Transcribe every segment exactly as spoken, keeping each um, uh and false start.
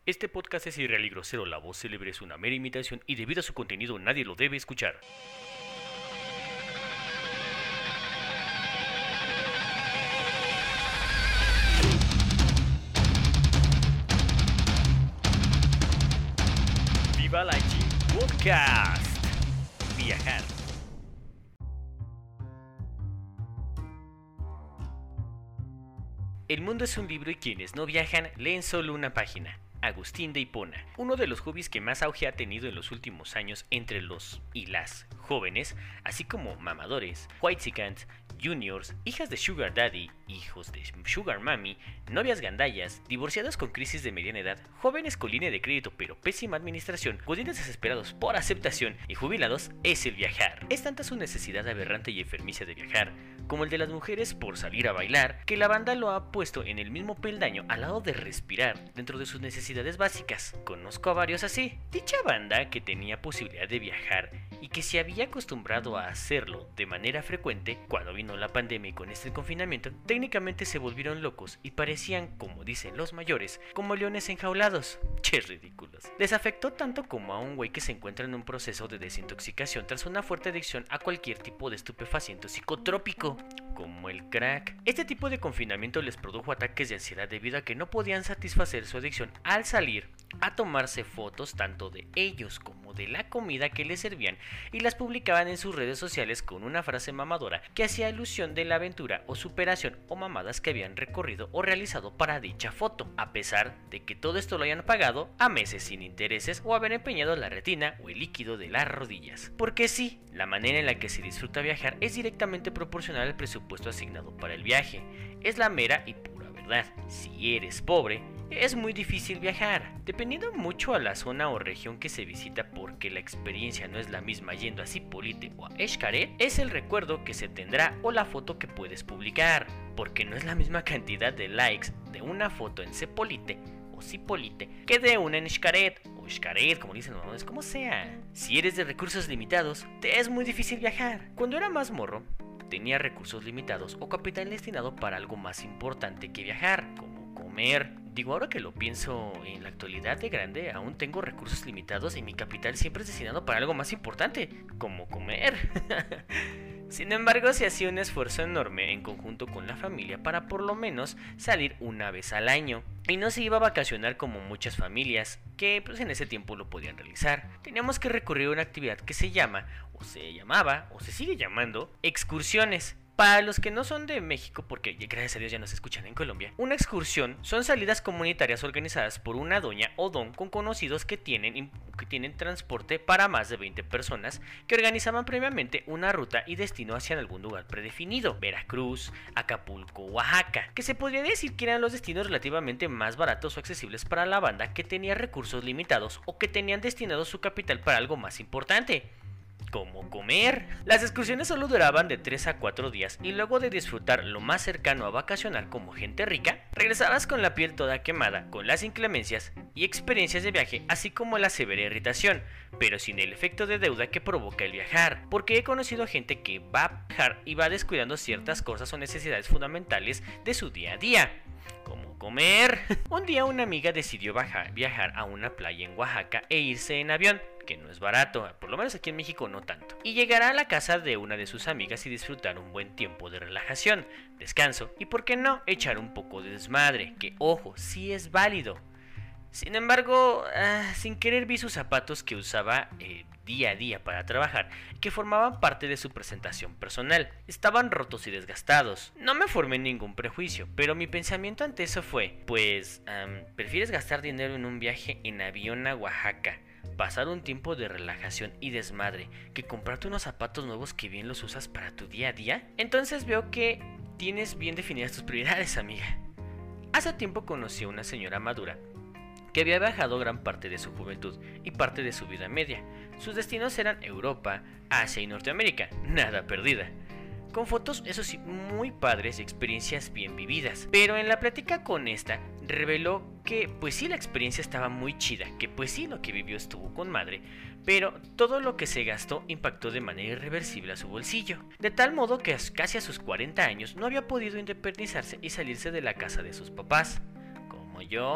Este podcast es irreal y grosero, la voz célebre es una mera imitación y debido a su contenido nadie lo debe escuchar. Viva la G Podcast. Viajar. El mundo es un libro y quienes no viajan leen solo una página. Agustín de Hipona. Uno de los hobbies que más auge ha tenido en los últimos años entre los y las jóvenes, así como mamadores, whitexicans, juniors, hijas de sugar daddy, hijos de sugar mami, novias gandallas, divorciadas con crisis de mediana edad, jóvenes con línea de crédito pero pésima administración, godines desesperados por aceptación y jubilados, es el viajar. Es tanta su necesidad aberrante y enfermiza de viajar, como el de las mujeres por salir a bailar, que la banda lo ha puesto en el mismo peldaño al lado de respirar dentro de sus necesidades básicas. Conozco a varios así. Dicha banda, que tenía posibilidad de viajar y que se había acostumbrado a hacerlo de manera frecuente cuando vino la pandemia y con este confinamiento, técnicamente se volvieron locos y parecían, como dicen los mayores, como leones enjaulados. Che ridículos. Les afectó tanto como a un güey que se encuentra en un proceso de desintoxicación tras una fuerte adicción a cualquier tipo de estupefaciente psicotrópico, como el crack. Este tipo de confinamiento les produjo ataques de ansiedad debido a que no podían satisfacer su adicción al salir a tomarse fotos tanto de ellos como de la comida que les servían y las publicaban en sus redes sociales con una frase mamadora que hacía alusión de la aventura o superación o mamadas que habían recorrido o realizado para dicha foto, a pesar de que todo esto lo hayan pagado a meses sin intereses o haber empeñado la retina o el líquido de las rodillas. Porque sí, la manera en la que se disfruta viajar es directamente proporcional al presupuesto asignado para el viaje. Es la mera y pura verdad. Si eres pobre, es muy difícil viajar, dependiendo mucho a la zona o región que se visita, porque la experiencia no es la misma yendo a Zipolite o a Xcaret, es el recuerdo que se tendrá o la foto que puedes publicar, porque no es la misma cantidad de likes de una foto en Zipolite o Zipolite que de una en Xcaret o Xcaret, como dicen los nombres, como sea. Si eres de recursos limitados, te es muy difícil viajar. Cuando era más morro, tenía recursos limitados o capital destinado para algo más importante que viajar, como comer. Digo, ahora que lo pienso, en la actualidad de grande aún tengo recursos limitados y mi capital siempre es destinado para algo más importante, como comer. Sin embargo, se hacía un esfuerzo enorme en conjunto con la familia para por lo menos salir una vez al año. Y no se iba a vacacionar como muchas familias, que pues en ese tiempo lo podían realizar. Teníamos que recurrir a una actividad que se llama, o se llamaba, o se sigue llamando, excursiones. Para los que no son de México, porque gracias a Dios ya nos escuchan en Colombia, una excursión son salidas comunitarias organizadas por una doña o don con conocidos que tienen, que tienen transporte para más de veinte personas, que organizaban previamente una ruta y destino hacia algún lugar predefinido: Veracruz, Acapulco, Oaxaca, que se podría decir que eran los destinos relativamente más baratos o accesibles para la banda que tenía recursos limitados o que tenían destinado su capital para algo más importante, como comer. Las excursiones solo duraban de tres a cuatro días y luego de disfrutar lo más cercano a vacacionar como gente rica, regresabas con la piel toda quemada, con las inclemencias y experiencias de viaje, así como la severa irritación, pero sin el efecto de deuda que provoca el viajar, porque he conocido gente que va a viajar y va descuidando ciertas cosas o necesidades fundamentales de su día a día, como comer. Un día una amiga decidió bajar, viajar a una playa en Oaxaca e irse en avión, que no es barato, por lo menos aquí en México no tanto, y llegará a la casa de una de sus amigas y disfrutar un buen tiempo de relajación, descanso y, por qué no, echar un poco de desmadre, que ojo, sí es válido. Sin embargo, ah, sin querer vi sus zapatos que usaba eh, día a día para trabajar, que formaban parte de su presentación personal. Estaban rotos y desgastados. No me formé ningún prejuicio, pero mi pensamiento ante eso fue, pues, um, ¿prefieres gastar dinero en un viaje en avión a Oaxaca, pasar un tiempo de relajación y desmadre, que comprarte unos zapatos nuevos que bien los usas para tu día a día? Entonces veo que tienes bien definidas tus prioridades, amiga. Hace tiempo conocí a una señora madura que había viajado gran parte de su juventud y parte de su vida media. Sus destinos eran Europa, Asia y Norteamérica, nada perdida, con fotos, eso sí, muy padres y experiencias bien vividas. Pero en la plática con esta, reveló que pues sí, la experiencia estaba muy chida, que pues sí, lo que vivió estuvo con madre, pero todo lo que se gastó impactó de manera irreversible a su bolsillo, de tal modo que casi a sus cuarenta años no había podido independizarse y salirse de la casa de sus papás. como yo,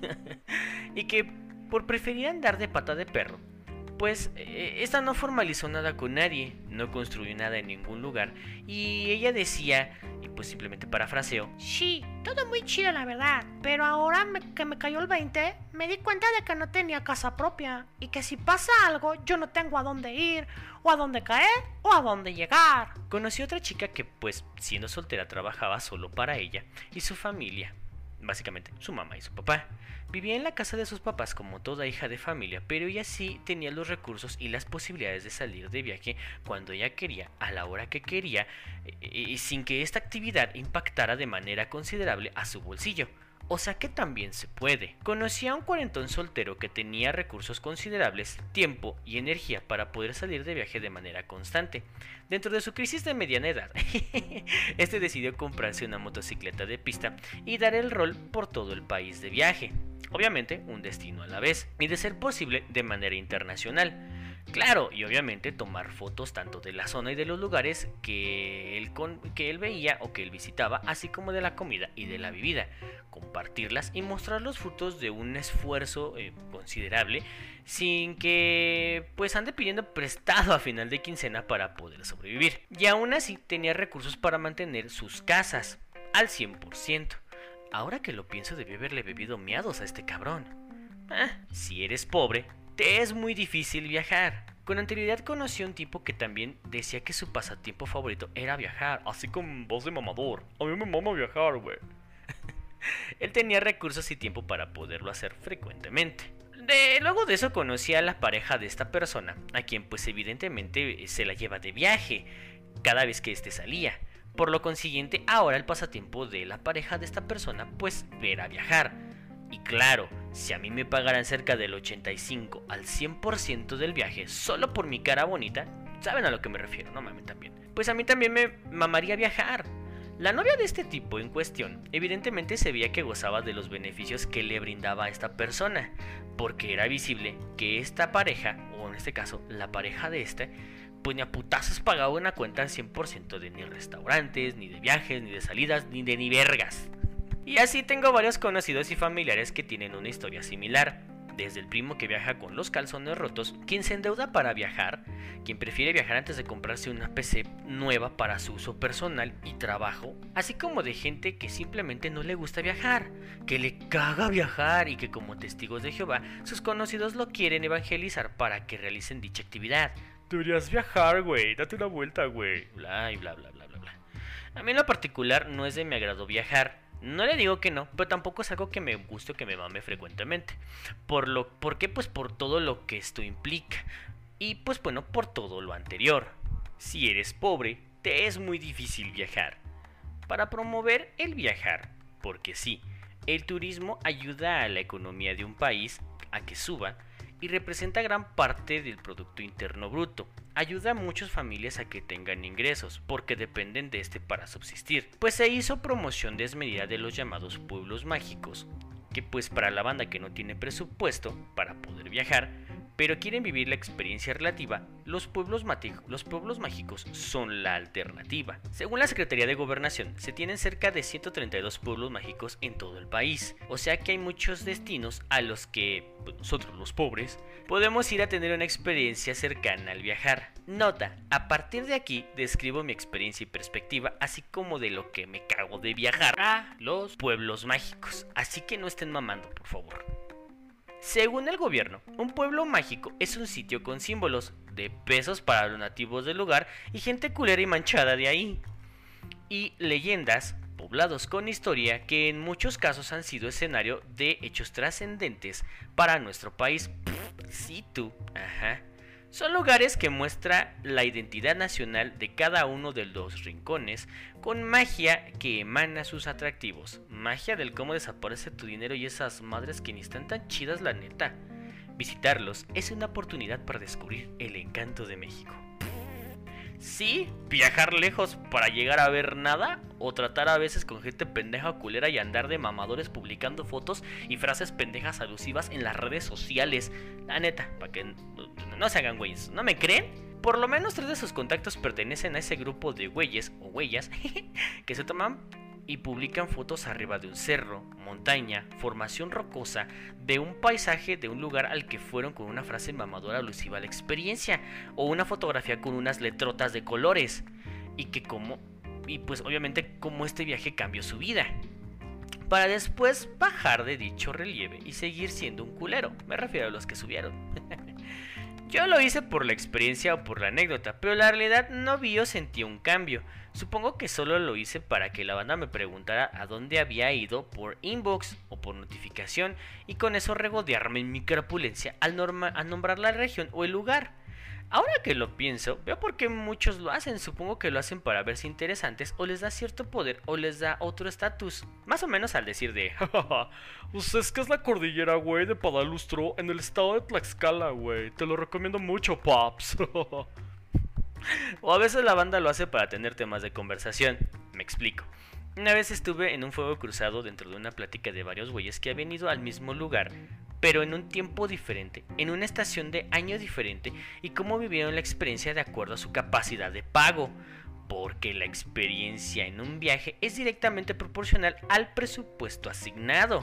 y que por preferir andar de pata de perro, pues eh, esta no formalizó nada con nadie, no construyó nada en ningún lugar, y ella decía, y pues simplemente parafraseo: sí, todo muy chido la verdad, pero ahora me, que me cayó el veinte, me di cuenta de que no tenía casa propia, y que si pasa algo yo no tengo a dónde ir, o a dónde caer, o a dónde llegar. Conocí a otra chica que pues siendo soltera trabajaba solo para ella y su familia, básicamente su mamá y su papá. Vivía en la casa de sus papás como toda hija de familia, pero ella sí tenía los recursos y las posibilidades de salir de viaje cuando ella quería, a la hora que quería, y sin que esta actividad impactara de manera considerable a su bolsillo. O sea que también se puede. Conocí a un cuarentón soltero que tenía recursos considerables, tiempo y energía para poder salir de viaje de manera constante. Dentro de su crisis de mediana edad, este decidió comprarse una motocicleta de pista y dar el rol por todo el país de viaje. Obviamente, un destino a la vez, y de ser posible, de manera internacional. Claro, y obviamente tomar fotos tanto de la zona y de los lugares que él, con, que él veía o que él visitaba, así como de la comida y de la bebida, compartirlas y mostrar los frutos de un esfuerzo eh, considerable, sin que pues ande pidiendo prestado a final de quincena para poder sobrevivir. Y aún así tenía recursos para mantener sus casas al cien por ciento. Ahora que lo pienso, debió haberle bebido miados a este cabrón. Ah, si eres pobre, te es muy difícil viajar. Con anterioridad conocí a un tipo que también decía que su pasatiempo favorito era viajar, así con voz de mamador. A mí me mama viajar, güey. Él tenía recursos y tiempo para poderlo hacer frecuentemente. De, luego de eso conocí a la pareja de esta persona, a quien pues evidentemente se la lleva de viaje cada vez que éste salía. Por lo consiguiente, ahora el pasatiempo de la pareja de esta persona pues era viajar. Y claro, si a mí me pagaran cerca del ochenta y cinco al cien por ciento del viaje solo por mi cara bonita, saben a lo que me refiero, no mames también. Pues a mí también me mamaría viajar. La novia de este tipo en cuestión evidentemente se veía que gozaba de los beneficios que le brindaba a esta persona, porque era visible que esta pareja, o en este caso la pareja de este, pues ni a putazos pagaba una cuenta al cien por ciento de ni restaurantes, ni de viajes, ni de salidas, ni de ni vergas. Y así tengo varios conocidos y familiares que tienen una historia similar. Desde el primo que viaja con los calzones rotos, quien se endeuda para viajar, quien prefiere viajar antes de comprarse una P C nueva para su uso personal y trabajo, así como de gente que simplemente no le gusta viajar, que le caga viajar y que como testigos de Jehová, sus conocidos lo quieren evangelizar para que realicen dicha actividad. Deberías viajar, güey, date una vuelta, güey, bla y bla bla bla bla bla. A mí en lo particular no es de mi agrado viajar. No le digo que no, pero tampoco es algo que me guste o que me mame frecuentemente. ¿Por lo, ¿Por qué? Pues por todo lo que esto implica. Y pues bueno, por todo lo anterior. Si eres pobre, te es muy difícil viajar. Para promover el viajar, porque sí, el turismo ayuda a la economía de un país a que suba y representa gran parte del Producto Interno Bruto. Ayuda a muchas familias a que tengan ingresos, porque dependen de este para subsistir. Pues se hizo promoción desmedida de los llamados pueblos mágicos, que pues para la banda que no tiene presupuesto para poder viajar, pero quieren vivir la experiencia relativa, los pueblos, los pueblos mágicos son la alternativa. Según la Secretaría de Gobernación, se tienen cerca de ciento treinta y dos pueblos mágicos en todo el país, o sea que hay muchos destinos a los que pues, nosotros los pobres podemos ir a tener una experiencia cercana al viajar. Nota, a partir de aquí describo mi experiencia y perspectiva, así como de lo que me cago de viajar a los pueblos mágicos, así que no estén mamando, por favor. Según el gobierno, un pueblo mágico es un sitio con símbolos de pesos para los nativos del lugar y gente culera y manchada de ahí. Y leyendas, poblados con historia que en muchos casos han sido escenario de hechos trascendentes para nuestro país. Pff, sí tú, ajá. Son lugares que muestran la identidad nacional de cada uno de los rincones, con magia que emana sus atractivos. Magia del cómo desaparece tu dinero y esas madres que ni están tan chidas, la neta. Visitarlos es una oportunidad para descubrir el encanto de México. Sí, viajar lejos para llegar a ver nada, o tratar a veces con gente pendeja o culera y andar de mamadores publicando fotos y frases pendejas alusivas en las redes sociales. La neta, para que no, no se hagan güeyes. ¿No me creen? Por lo menos tres de sus contactos pertenecen a ese grupo de güeyes o huellas que se toman y publican fotos arriba de un cerro, montaña, formación rocosa, de un paisaje de un lugar al que fueron con una frase mamadora alusiva a la experiencia, o una fotografía con unas letrotas de colores, y que como, y pues obviamente como este viaje cambió su vida, para después bajar de dicho relieve y seguir siendo un culero, me refiero a los que subieron. Yo lo hice por la experiencia o por la anécdota, pero la realidad no vi o sentí un cambio. Supongo que solo lo hice para que la banda me preguntara a dónde había ido por inbox o por notificación y con eso regodearme en mi crapulencia al, norma, al nombrar la región o el lugar. Ahora que lo pienso, veo por qué muchos lo hacen. Supongo que lo hacen para verse interesantes o les da cierto poder o les da otro estatus. Más o menos al decir de jajaja, pues es que es la cordillera, güey, de Padalustro en el estado de Tlaxcala, güey. Te lo recomiendo mucho, paps. O a veces la banda lo hace para tener temas de conversación. Me explico. Una vez estuve en un fuego cruzado dentro de una plática de varios güeyes que habían ido al mismo lugar, pero en un tiempo diferente, en una estación de año diferente, y cómo vivieron la experiencia de acuerdo a su capacidad de pago, porque la experiencia en un viaje es directamente proporcional al presupuesto asignado.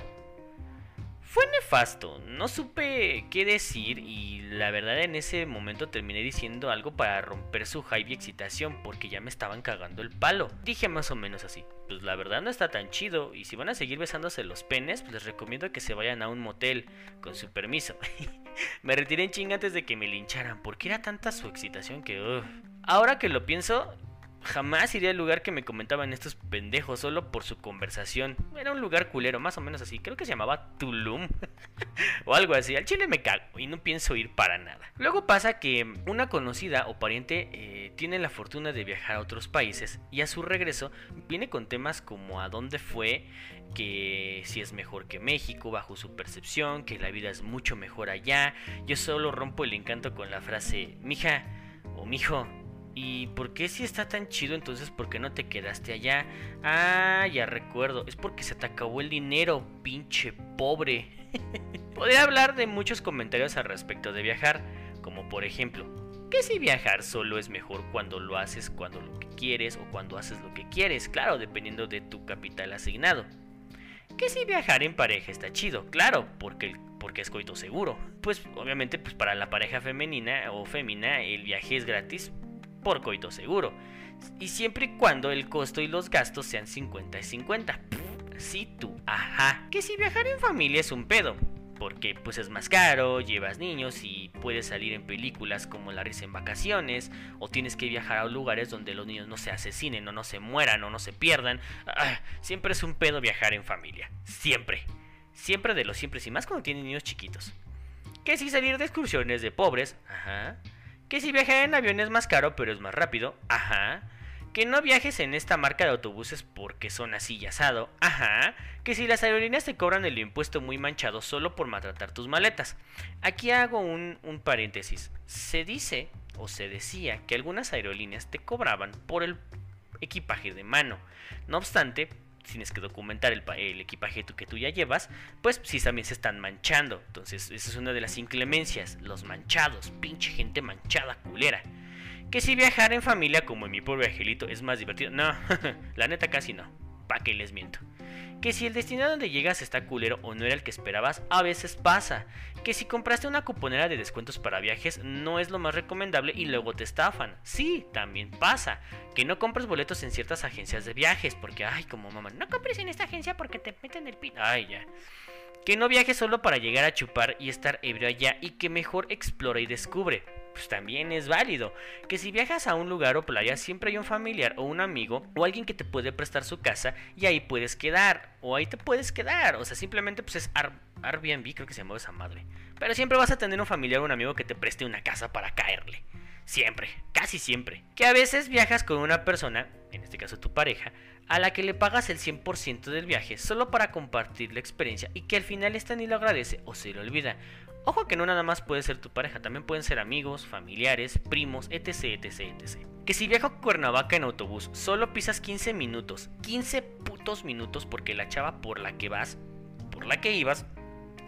Fue nefasto, no supe qué decir y la verdad en ese momento terminé diciendo algo para romper su hype y excitación porque ya me estaban cagando el palo. Dije más o menos así, pues la verdad no está tan chido y si van a seguir besándose los penes, pues les recomiendo que se vayan a un motel, con su permiso. Me retiré en chinga antes de que me lincharan porque era tanta su excitación que... Uh. Ahora que lo pienso... Jamás iría al lugar que me comentaban estos pendejos solo por su conversación. Era un lugar culero, más o menos así. Creo que se llamaba Tulum o algo así. Al chile me cago y no pienso ir para nada. Luego pasa que una conocida o pariente eh, tiene la fortuna de viajar a otros países y a su regreso viene con temas como a dónde fue, que si es mejor que México bajo su percepción, que la vida es mucho mejor allá. Yo solo rompo el encanto con la frase mija o mijo. ¿Y por qué si está tan chido entonces por qué no te quedaste allá? Ah, ya recuerdo, es porque se te acabó el dinero, pinche pobre. Podría hablar de muchos comentarios al respecto de viajar, como por ejemplo, que si viajar solo es mejor cuando lo haces cuando lo que quieres o cuando haces lo que quieres, claro, dependiendo de tu capital asignado. Que si viajar en pareja está chido, claro, porque, porque es coito seguro. Pues obviamente pues para la pareja femenina o femina el viaje es gratis por coito seguro, y siempre y cuando el costo y los gastos sean cincuenta y cincuenta. Sí tú, ajá. Que si viajar en familia es un pedo, porque pues es más caro, llevas niños y puedes salir en películas como La risa en vacaciones, o tienes que viajar a lugares donde los niños no se asesinen o no se mueran o no se pierdan. Ah, siempre es un pedo viajar en familia, siempre, siempre de los siempre y más cuando tienen niños chiquitos. Que si salir de excursiones de pobres, ajá. Que si viajar en avión es más caro pero es más rápido, ajá. Que no viajes en esta marca de autobuses porque son así y asado, ajá. Que si las aerolíneas te cobran el impuesto muy manchado solo por maltratar tus maletas. Aquí hago un, un paréntesis. Se dice o se decía que algunas aerolíneas te cobraban por el equipaje de mano. No obstante, tienes que documentar el, el equipaje que tú ya llevas, pues sí también se están manchando. Entonces esa es una de las inclemencias, los manchados, pinche gente manchada culera. Que si viajar en familia como en mi pobre angelito es más divertido, no, la neta casi no, pa' que les miento. Que si el destino donde llegas está culero o no era el que esperabas, a veces pasa. Que si compraste una cuponera de descuentos para viajes no es lo más recomendable y luego te estafan. Sí, también pasa. Que no compres boletos en ciertas agencias de viajes porque, ay, como mamá, no compres en esta agencia porque te meten el pito. Ay, ya. Que no viajes solo para llegar a chupar y estar ebrio allá y que mejor explora y descubre. Pues también es válido. Que si viajas a un lugar o playa siempre hay un familiar o un amigo o alguien que te puede prestar su casa y ahí puedes quedar o ahí te puedes quedar. O sea, simplemente pues es Airbnb, creo que se llama esa madre. Pero siempre vas a tener un familiar o un amigo que te preste una casa para caerle. Siempre, casi siempre. Que a veces viajas con una persona, en este caso tu pareja, a la que le pagas el cien por ciento del viaje solo para compartir la experiencia y que al final esta ni lo agradece o se lo olvida. Ojo que no nada más puede ser tu pareja, también pueden ser amigos, familiares, primos, etc, etc, etc. Que si viajo a Cuernavaca en autobús, solo pisas quince minutos, quince putos minutos porque la chava por la que vas, por la que ibas,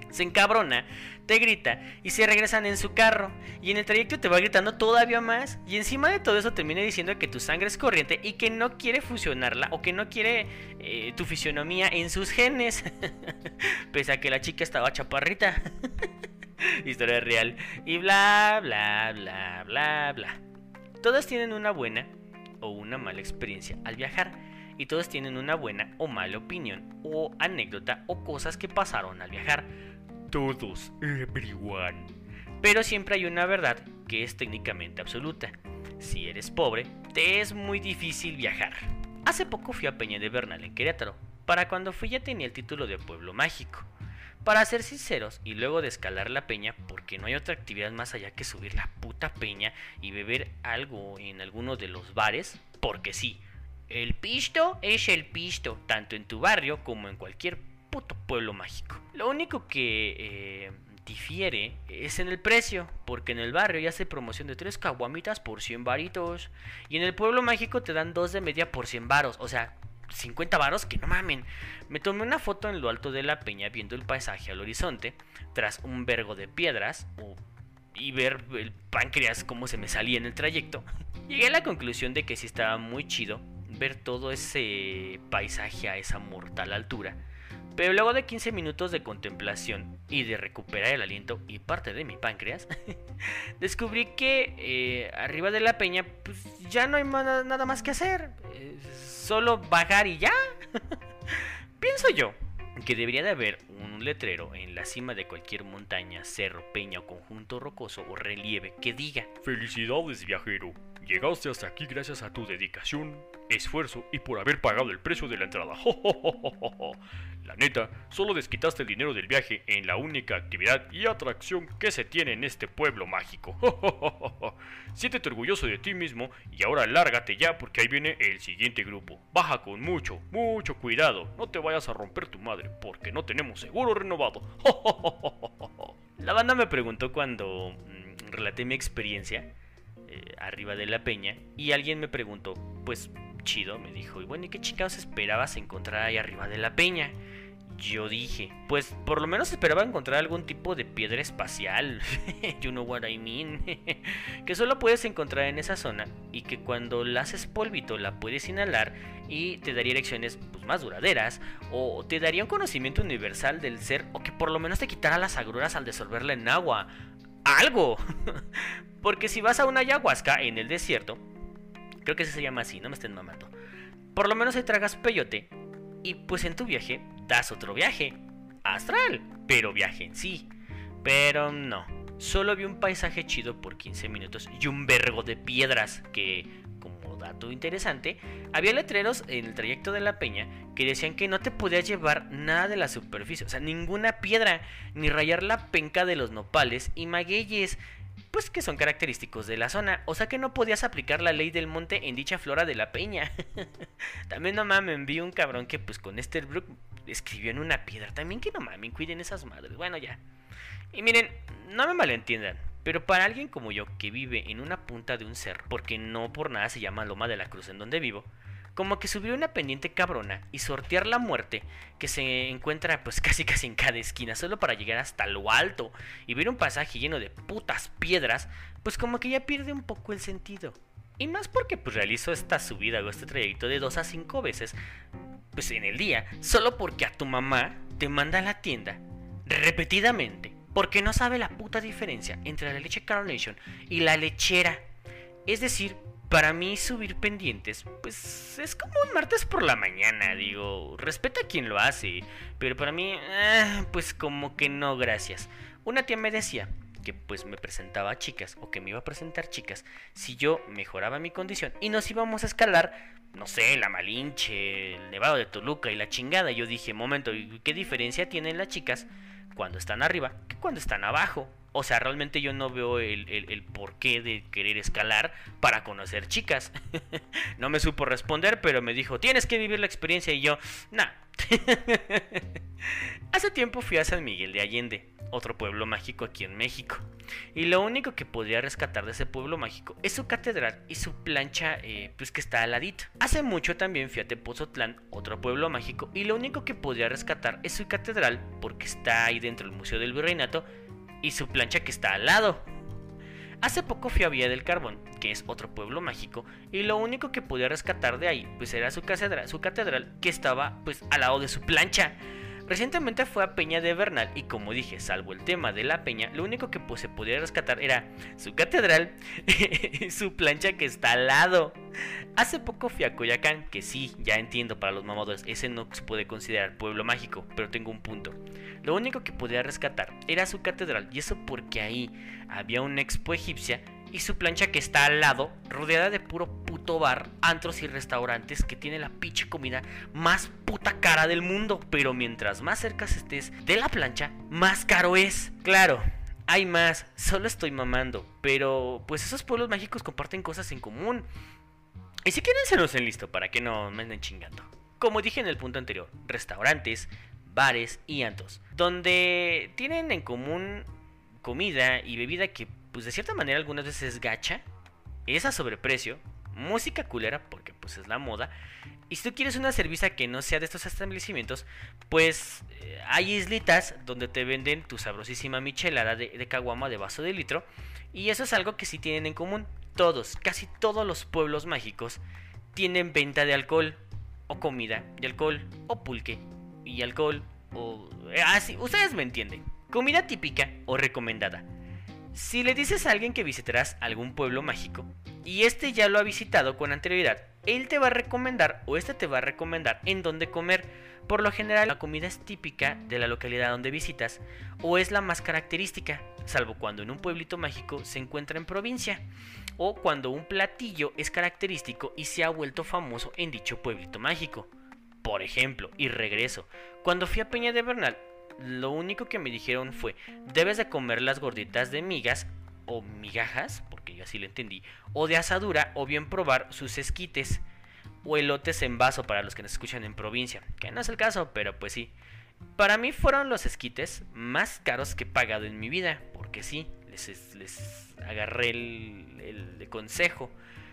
Se encabrona, te grita y se regresan en su carro. Y en el trayecto te va gritando todavía más. Y encima de todo eso termina diciendo que tu sangre es corriente y que no quiere fusionarla o que no quiere eh, tu fisionomía en sus genes. Pese a que la chica estaba chaparrita. Historia real. Y bla, bla, bla, bla, bla. Todos tienen una buena o una mala experiencia al viajar. Y todos tienen una buena o mala opinión o anécdota o cosas que pasaron al viajar. Todos, everyone. Pero siempre hay una verdad que es técnicamente absoluta. Si eres pobre, te es muy difícil viajar. Hace poco fui a Peña de Bernal en Querétaro. Para cuando fui ya tenía el título de pueblo mágico. Para ser sinceros, y luego de escalar la peña, porque no hay otra actividad más allá que subir la puta peña y beber algo en alguno de los bares, porque sí, el pisto es el pisto, tanto en tu barrio como en cualquier puto pueblo mágico. Lo único que eh, difiere es en el precio, porque en el barrio ya se promoción de tres caguamitas por cien varitos, y en el pueblo mágico te dan dos de media por cien varos, o sea, cincuenta varos, que no mamen. Me tomé una foto en lo alto de la peña viendo el paisaje al horizonte, tras un vergo de piedras, o, y ver el páncreas cómo se me salía en el trayecto. Llegué a la conclusión de que sí estaba muy chido ver todo ese paisaje a esa mortal altura. Pero luego de quince minutos de contemplación y de recuperar el aliento y parte de mi páncreas, descubrí que eh, arriba de la peña pues, ya no hay ma- nada más que hacer. Eh, solo bajar y ya. Pienso yo que debería de haber un letrero en la cima de cualquier montaña, cerro, peña o conjunto rocoso o relieve que diga: felicidades, viajero. Llegaste hasta aquí gracias a tu dedicación, esfuerzo y por haber pagado el precio de la entrada. La neta, solo desquitaste el dinero del viaje en la única actividad y atracción que se tiene en este pueblo mágico. Siéntete orgulloso de ti mismo y ahora lárgate ya porque ahí viene el siguiente grupo. Baja con mucho, mucho cuidado. No te vayas a romper tu madre porque no tenemos seguro renovado. La banda me preguntó cuando mmm, relaté mi experiencia eh, arriba de la peña y alguien me preguntó, pues chido, me dijo, y bueno, ¿y qué chingados esperabas encontrar ahí arriba de la peña? Yo dije, pues por lo menos esperaba encontrar algún tipo de piedra espacial. You know what I mean. Que solo puedes encontrar en esa zona y que cuando la haces polvito la puedes inhalar y te daría erecciones pues, más duraderas, o te daría un conocimiento universal del ser, o que por lo menos te quitara las agruras al disolverla en agua. ¡Algo! Porque si vas a una ayahuasca en el desierto, creo que se llama así, no me estén mamando, por lo menos ahí tragas peyote y pues en tu viaje das otro viaje astral, pero viaje en sí. Pero no, solo vi un paisaje chido por quince minutos y un vergo de piedras que, como dato interesante, había letreros en el trayecto de la peña que decían que no te podías llevar nada de la superficie, o sea, ninguna piedra, ni rayar la penca de los nopales y magueyes, pues que son característicos de la zona, o sea que no podías aplicar la ley del monte en dicha flora de la peña. También no mames, vi un cabrón que pues con Esterbrook escribió en una piedra, también que no mames, cuiden esas madres, bueno ya. Y miren, no me malentiendan, pero para alguien como yo que vive en una punta de un cerro, porque no por nada se llama Loma de la Cruz en donde vivo, como que subir una pendiente cabrona y sortear la muerte que se encuentra pues casi casi en cada esquina solo para llegar hasta lo alto y ver un pasaje lleno de putas piedras, pues como que ya pierde un poco el sentido. Y más porque pues realizo esta subida o este trayecto de dos a cinco veces pues en el día, solo porque a tu mamá te manda a la tienda repetidamente porque no sabe la puta diferencia entre la leche Carnation y la lechera. Es decir, para mí subir pendientes, pues es como un martes por la mañana, digo, respeta a quien lo hace, pero para mí, eh, pues como que no, gracias. Una tía me decía que pues me presentaba a chicas, o que me iba a presentar chicas, si yo mejoraba mi condición y nos íbamos a escalar, no sé, la Malinche, el Nevado de Toluca y la chingada. Yo dije, momento, ¿qué diferencia tienen las chicas cuando están arriba que cuando están abajo? O sea, realmente yo no veo el, el, el porqué de querer escalar para conocer chicas. No me supo responder, pero me dijo, tienes que vivir la experiencia. Y yo, nah. Hace tiempo fui a San Miguel de Allende, otro pueblo mágico aquí en México. Y lo único que podría rescatar de ese pueblo mágico es su catedral y su plancha, eh, pues que está al ladito. Hace mucho también fui a Tepozotlán, otro pueblo mágico, y lo único que podría rescatar es su catedral, porque está ahí dentro del Museo del Virreinato, y su plancha que está al lado. Hace poco fui a Villa del Carbón, que es otro pueblo mágico, y lo único que podía rescatar de ahí pues era su catedral, su catedral que estaba pues al lado de su plancha. Recientemente fue a Peña de Bernal y como dije, salvo el tema de la peña, lo único que pues se podía rescatar era su catedral y su plancha que está al lado. Hace poco fui a Coyoacán, que sí, ya entiendo para los mamadores, ese no se puede considerar pueblo mágico, pero tengo un punto. Lo único que podía rescatar era su catedral, y eso porque ahí había una expo egipcia y su plancha que está al lado, rodeada de puro puto bar, antros y restaurantes que tiene la pinche comida más puta cara del mundo. Pero mientras más cerca estés de la plancha, más caro es. Claro, hay más, solo estoy mamando, pero pues esos pueblos mágicos comparten cosas en común. Y si quieren se los enlisto para que no me anden chingando. Como dije en el punto anterior, restaurantes, bares y antros, donde tienen en común comida y bebida que pues de cierta manera algunas veces es gacha, es a sobreprecio, música culera porque pues es la moda, y si tú quieres una cerveza que no sea de estos establecimientos, pues eh, hay islitas donde te venden tu sabrosísima michelada de, de caguama de vaso de litro, y eso es algo que sí tienen en común. Todos, casi todos los pueblos mágicos tienen venta de alcohol, o comida de alcohol, o pulque y alcohol, o... Eh, así, ustedes me entienden. Comida típica o recomendada. Si le dices a alguien que visitarás algún pueblo mágico y este ya lo ha visitado con anterioridad, él te va a recomendar o este te va a recomendar en dónde comer. Por lo general la comida es típica de la localidad donde visitas o es la más característica, salvo cuando en un pueblito mágico se encuentra en provincia o cuando un platillo es característico y se ha vuelto famoso en dicho pueblito mágico. Por ejemplo, y regreso, cuando fui a Peña de Bernal, lo único que me dijeron fue: debes de comer las gorditas de migas o migajas, porque yo así lo entendí, o de asadura, o bien probar sus esquites o elotes en vaso para los que nos escuchan en provincia, que no es el caso, pero pues sí. Para mí fueron los esquites más caros que he pagado en mi vida, porque sí, les, les agarré el, el, el consejo.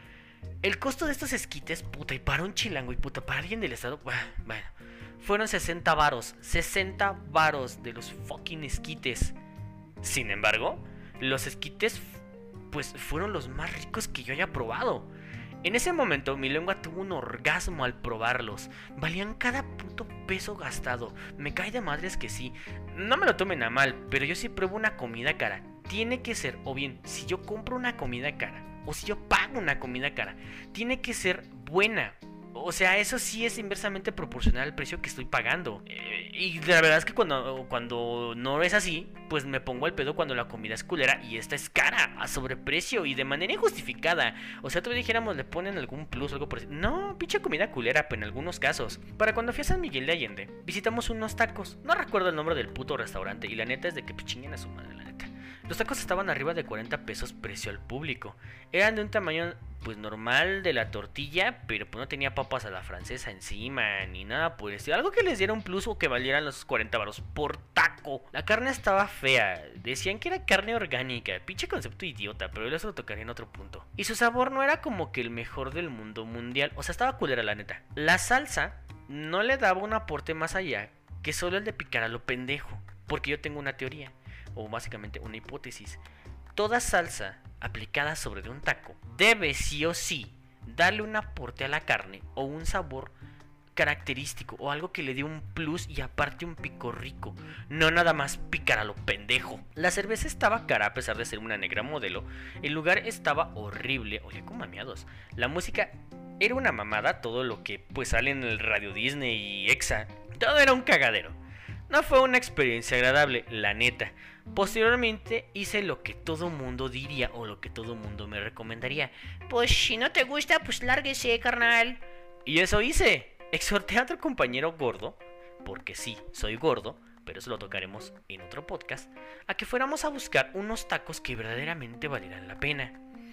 El costo de estos esquites, puta, y para un chilango y puta, para alguien del estado, bueno, fueron sesenta varos, sesenta varos de los fucking esquites. Sin embargo, los esquites pues fueron los más ricos que yo haya probado. En ese momento mi lengua tuvo un orgasmo al probarlos. Valían cada puto peso gastado. Me cae de madres que sí. No me lo tomen a mal, pero yo sí pruebo una comida cara. Tiene que ser, o bien, si yo compro una comida cara, o si yo pago una comida cara, tiene que ser buena. O sea, eso sí es inversamente proporcional al precio que estoy pagando. Eh, y la verdad es que cuando, cuando no es así, pues me pongo al pedo cuando la comida es culera y esta es cara, a sobreprecio y de manera injustificada. O sea, tú dijéramos, le ponen algún plus o algo por así. No, pinche comida culera, pero en algunos casos. Para cuando fui a San Miguel de Allende, visitamos unos tacos. No recuerdo el nombre del puto restaurante y la neta es de que chinguen a su madre, la neta. Los tacos estaban arriba de cuarenta pesos precio al público. Eran de un tamaño pues normal de la tortilla, pero pues no tenía papas a la francesa encima ni nada por el estilo. Algo que les diera un plus o que valieran los cuarenta baros por taco. La carne estaba fea, decían que era carne orgánica, pinche concepto idiota, pero yo eso lo tocaría en otro punto. Y su sabor no era como que el mejor del mundo mundial, o sea, estaba culera la neta. La salsa no le daba un aporte más allá que solo el de picar a lo pendejo, porque yo tengo una teoría, o básicamente una hipótesis. Toda salsa aplicada sobre de un taco debe sí o sí darle un aporte a la carne o un sabor característico o algo que le dé un plus y aparte un pico rico, no nada más picar a lo pendejo. La cerveza estaba cara a pesar de ser una negra modelo, el lugar estaba horrible, olía como a miados, la música era una mamada, todo lo que pues sale en el Radio Disney y Exa, todo era un cagadero. No fue una experiencia agradable, la neta. Posteriormente hice lo que todo mundo diría o lo que todo mundo me recomendaría. Pues si no te gusta, pues lárguese, carnal. Y eso hice. Exhorté a otro compañero gordo, porque sí, soy gordo, pero eso lo tocaremos en otro podcast, a que fuéramos a buscar unos tacos que verdaderamente valieran la pena.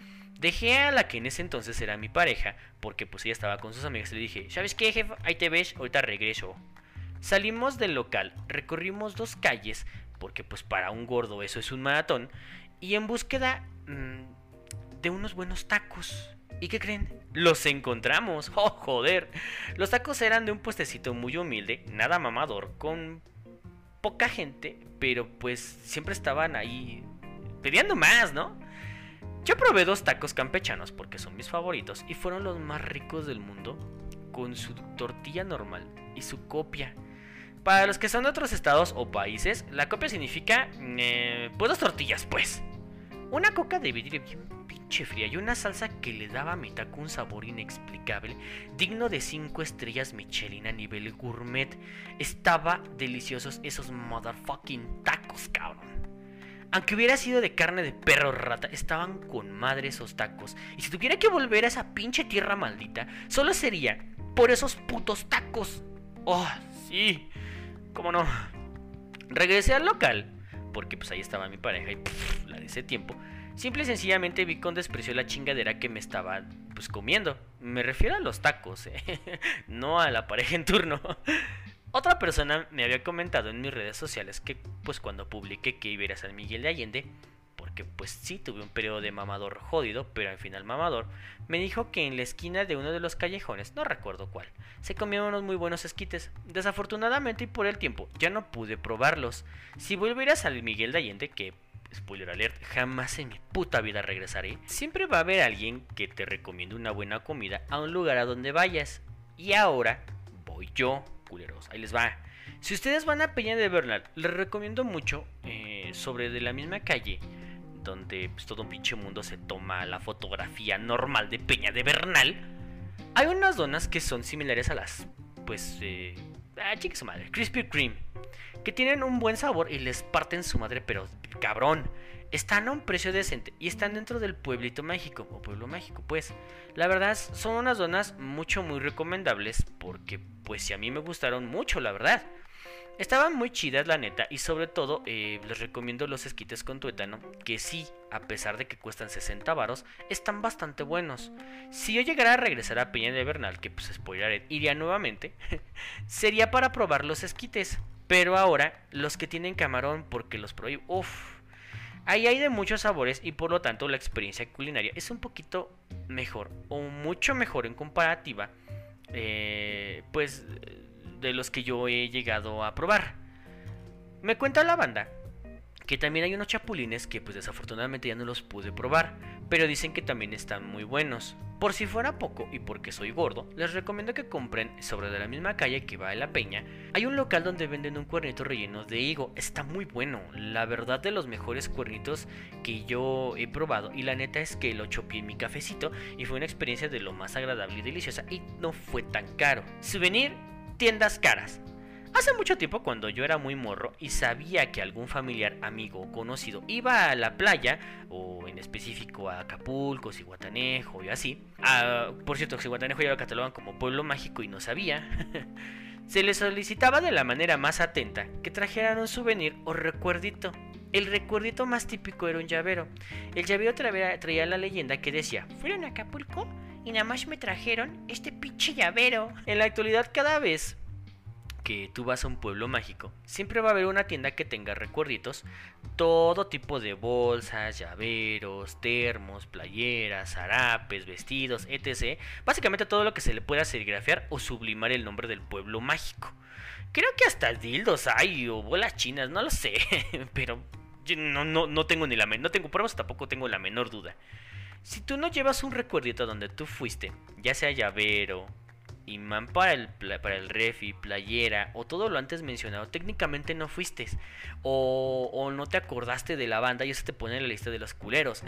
Dejé a la que en ese entonces era mi pareja, porque pues ella estaba con sus amigas y le dije: ¿sabes qué, jefe? Ahí te ves, ahorita regreso. Salimos del local, recorrimos dos calles, porque pues para un gordo eso es un maratón, y en búsqueda mmm, de unos buenos tacos. ¿Y qué creen? Los encontramos. ¡Oh, joder! Los tacos eran de un puestecito muy humilde, nada mamador, con poca gente, pero pues siempre estaban ahí pidiendo más, ¿no? Yo probé dos tacos campechanos porque son mis favoritos y fueron los más ricos del mundo, con su tortilla normal y su copia. Para los que son de otros estados o países, la copia significa eh, pues dos tortillas, pues. Una coca de vidrio bien pinche fría y una salsa que le daba a mi taco un sabor inexplicable, digno de cinco estrellas Michelin a nivel gourmet. Estaba deliciosos esos motherfucking tacos, cabrón. Aunque hubiera sido de carne de perro rata, estaban con madre esos tacos. Y si tuviera que volver a esa pinche tierra maldita, solo sería por esos putos tacos. Oh, sí, cómo no. Regresé al local, porque pues ahí estaba mi pareja y pff, la de ese tiempo. Simple y sencillamente vi con desprecio la chingadera que me estaba pues comiendo. Me refiero a los tacos, ¿eh? No a la pareja en turno. Otra persona me había comentado en mis redes sociales que pues cuando publiqué que iba a ir a San Miguel de Allende, porque pues sí tuve un periodo de mamador jodido, pero al final mamador, me dijo que en la esquina de uno de los callejones, no recuerdo cuál, se comían unos muy buenos esquites. Desafortunadamente y por el tiempo ya no pude probarlos. Si vuelvo a ir a San Miguel de Allende, que spoiler alert, jamás en mi puta vida regresaré, siempre va a haber alguien que te recomiende una buena comida a un lugar a donde vayas. Y ahora voy yo, culeros, ahí les va. Si ustedes van a Peña de Bernal, les recomiendo mucho eh, sobre de la misma calle donde pues, todo un pinche mundo se toma la fotografía normal de Peña de Bernal. Hay unas donas que son similares a las, pues, eh, ah, chica su madre, Krispy Kreme, que tienen un buen sabor y les parten su madre, pero cabrón. Están a un precio decente y están dentro del pueblito mágico, o pueblo mágico, pues. La verdad, son unas donas mucho, muy recomendables, porque, pues, si a mí me gustaron mucho, la verdad. Estaban muy chidas, la neta, y sobre todo, eh, les recomiendo los esquites con tuétano, que sí, a pesar de que cuestan sesenta varos, están bastante buenos. Si yo llegara a regresar a Peña de Bernal, que pues spoiler, iría nuevamente, sería para probar los esquites. Pero ahora, los que tienen camarón, porque los probé, uff. Ahí hay de muchos sabores y por lo tanto la experiencia culinaria es un poquito mejor o mucho mejor en comparativa eh, pues de los que yo he llegado a probar. Me cuenta la banda que también hay unos chapulines que pues desafortunadamente ya no los pude probar, pero dicen que también están muy buenos. Por si fuera poco y porque soy gordo, les recomiendo que compren sobre de la misma calle que va a La Peña. Hay un local donde venden un cuernito relleno de higo, está muy bueno, la verdad de los mejores cuernitos que yo he probado y la neta es que lo chopié en mi cafecito y fue una experiencia de lo más agradable y deliciosa y no fue tan caro. Souvenir, tiendas caras. Hace mucho tiempo cuando yo era muy morro y sabía que algún familiar, amigo o conocido iba a la playa, o en específico a Acapulco, Zihuatanejo y así, ah, por cierto, Zihuatanejo ya lo catalogan como pueblo mágico y no sabía, se les solicitaba de la manera más atenta que trajeran un souvenir o recuerdito. El recuerdito más típico era un llavero. El llavero traía, traía la leyenda que decía: fueron a Acapulco y nada más me trajeron este pinche llavero. En la actualidad, cada vez que tú vas a un pueblo mágico, siempre va a haber una tienda que tenga recuerditos, todo tipo de bolsas, llaveros, termos, playeras, zarapes, vestidos, etcétera. Básicamente todo lo que se le pueda serigrafiar o sublimar el nombre del pueblo mágico. Creo que hasta dildos hay o bolas chinas, no lo sé, pero yo no, no, no tengo ni la menor, no tengo pruebas, tampoco tengo la menor duda. Si tú no llevas un recuerdito donde tú fuiste, ya sea llavero, imán para el, para el refri, playera o todo lo antes mencionado, técnicamente no fuiste o, o no te acordaste de la banda y eso te pone en la lista de los culeros.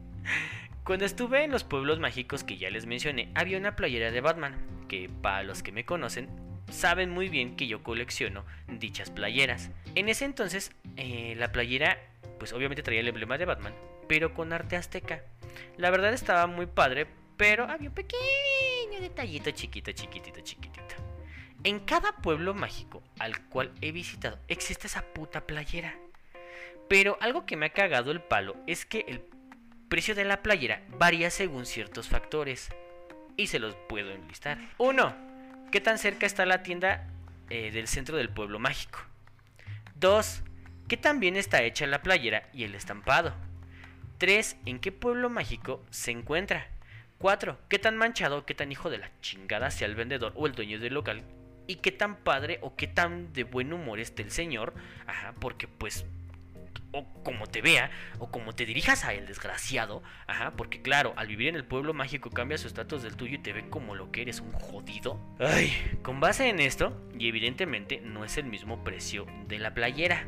Cuando estuve en los pueblos mágicos que ya les mencioné, había una playera de Batman, que para los que me conocen saben muy bien que yo colecciono dichas playeras. En ese entonces eh, la playera pues obviamente traía el emblema de Batman, pero con arte azteca. La verdad estaba muy padre, pero había un pequeño detallito chiquito, chiquitito, chiquitito. En cada pueblo mágico al cual he visitado existe esa puta playera. Pero algo que me ha cagado el palo es que el precio de la playera varía según ciertos factores. Y se los puedo enlistar. Uno, ¿qué tan cerca está la tienda eh, del centro del pueblo mágico? Dos, ¿Qué tan bien está hecha la playera y el estampado? tres. ¿En qué pueblo mágico se encuentra? cuatro. ¿Qué tan manchado o qué tan hijo de la chingada sea el vendedor o el dueño del local? ¿Y qué tan padre o qué tan de buen humor esté el señor? Ajá, porque pues... o como te vea, o como te dirijas a el desgraciado, ajá, porque claro, al vivir en el pueblo mágico cambia su estatus del tuyo y te ve como lo que eres, un jodido. Ay, con base en esto, y evidentemente no es el mismo precio de la playera.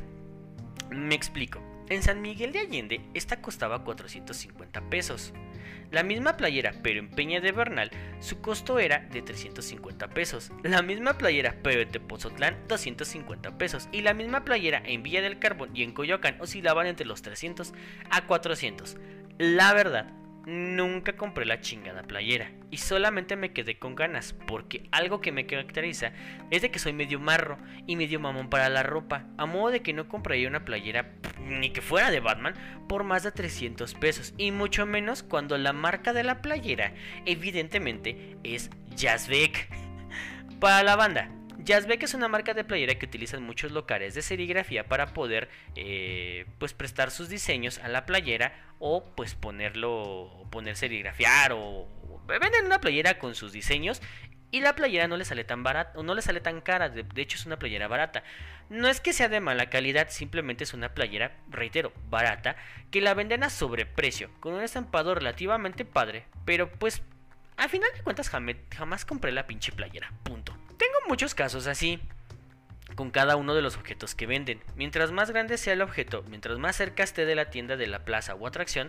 Me explico. En San Miguel de Allende, esta costaba cuatrocientos cincuenta pesos. La misma playera, pero en Peña de Bernal, su costo era de trescientos cincuenta pesos. La misma playera, pero en Tepozotlán, doscientos cincuenta pesos. Y la misma playera en Villa del Carbón y en Coyoacán oscilaban entre los trescientos a cuatrocientos. La verdad, nunca compré la chingada playera y solamente me quedé con ganas, porque algo que me caracteriza es de que soy medio marro y medio mamón para la ropa, a modo de que no compraría una playera ni que fuera de Batman por más de trescientos pesos, y mucho menos cuando la marca de la playera evidentemente es Jazzbeck. Para la banda, Jazzbeck es una marca de playera que utilizan muchos locales de serigrafía para poder eh, pues prestar sus diseños a la playera o pues ponerlo, poner serigrafiar o, o venden una playera con sus diseños y la playera no le sale tan barata o no le sale tan cara, de, de hecho es una playera barata. No es que sea de mala calidad, simplemente es una playera, reitero, barata, que la venden a sobreprecio, con un estampado relativamente padre, pero pues al final de cuentas jamás, jamás compré la pinche playera, punto. Tengo muchos casos así con cada uno de los objetos que venden. Mientras más grande sea el objeto, mientras más cerca esté de la tienda, de la plaza o atracción,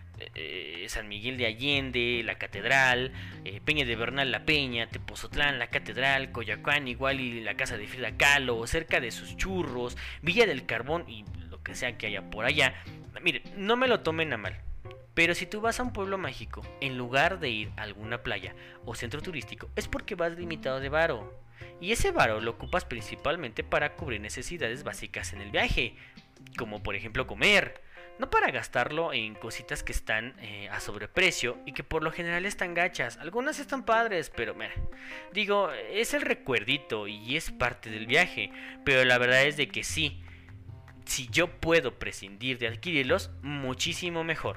eh, San Miguel de Allende, la Catedral, eh, Peña de Bernal, la Peña, Tepozotlán, la Catedral, Coyoacán, igual y la casa de Frida Kahlo, cerca de sus churros, Villa del Carbón y lo que sea que haya por allá. Miren, no me lo tomen a mal, pero si tú vas a un pueblo mágico, en lugar de ir a alguna playa o centro turístico, es porque vas limitado de varo. Y ese varo lo ocupas principalmente para cubrir necesidades básicas en el viaje, como por ejemplo comer, no para gastarlo en cositas que están eh, a sobreprecio y que por lo general están gachas. Algunas están padres, pero mira, digo, es el recuerdito y es parte del viaje, pero la verdad es de que sí, si yo puedo prescindir de adquirirlos, muchísimo mejor.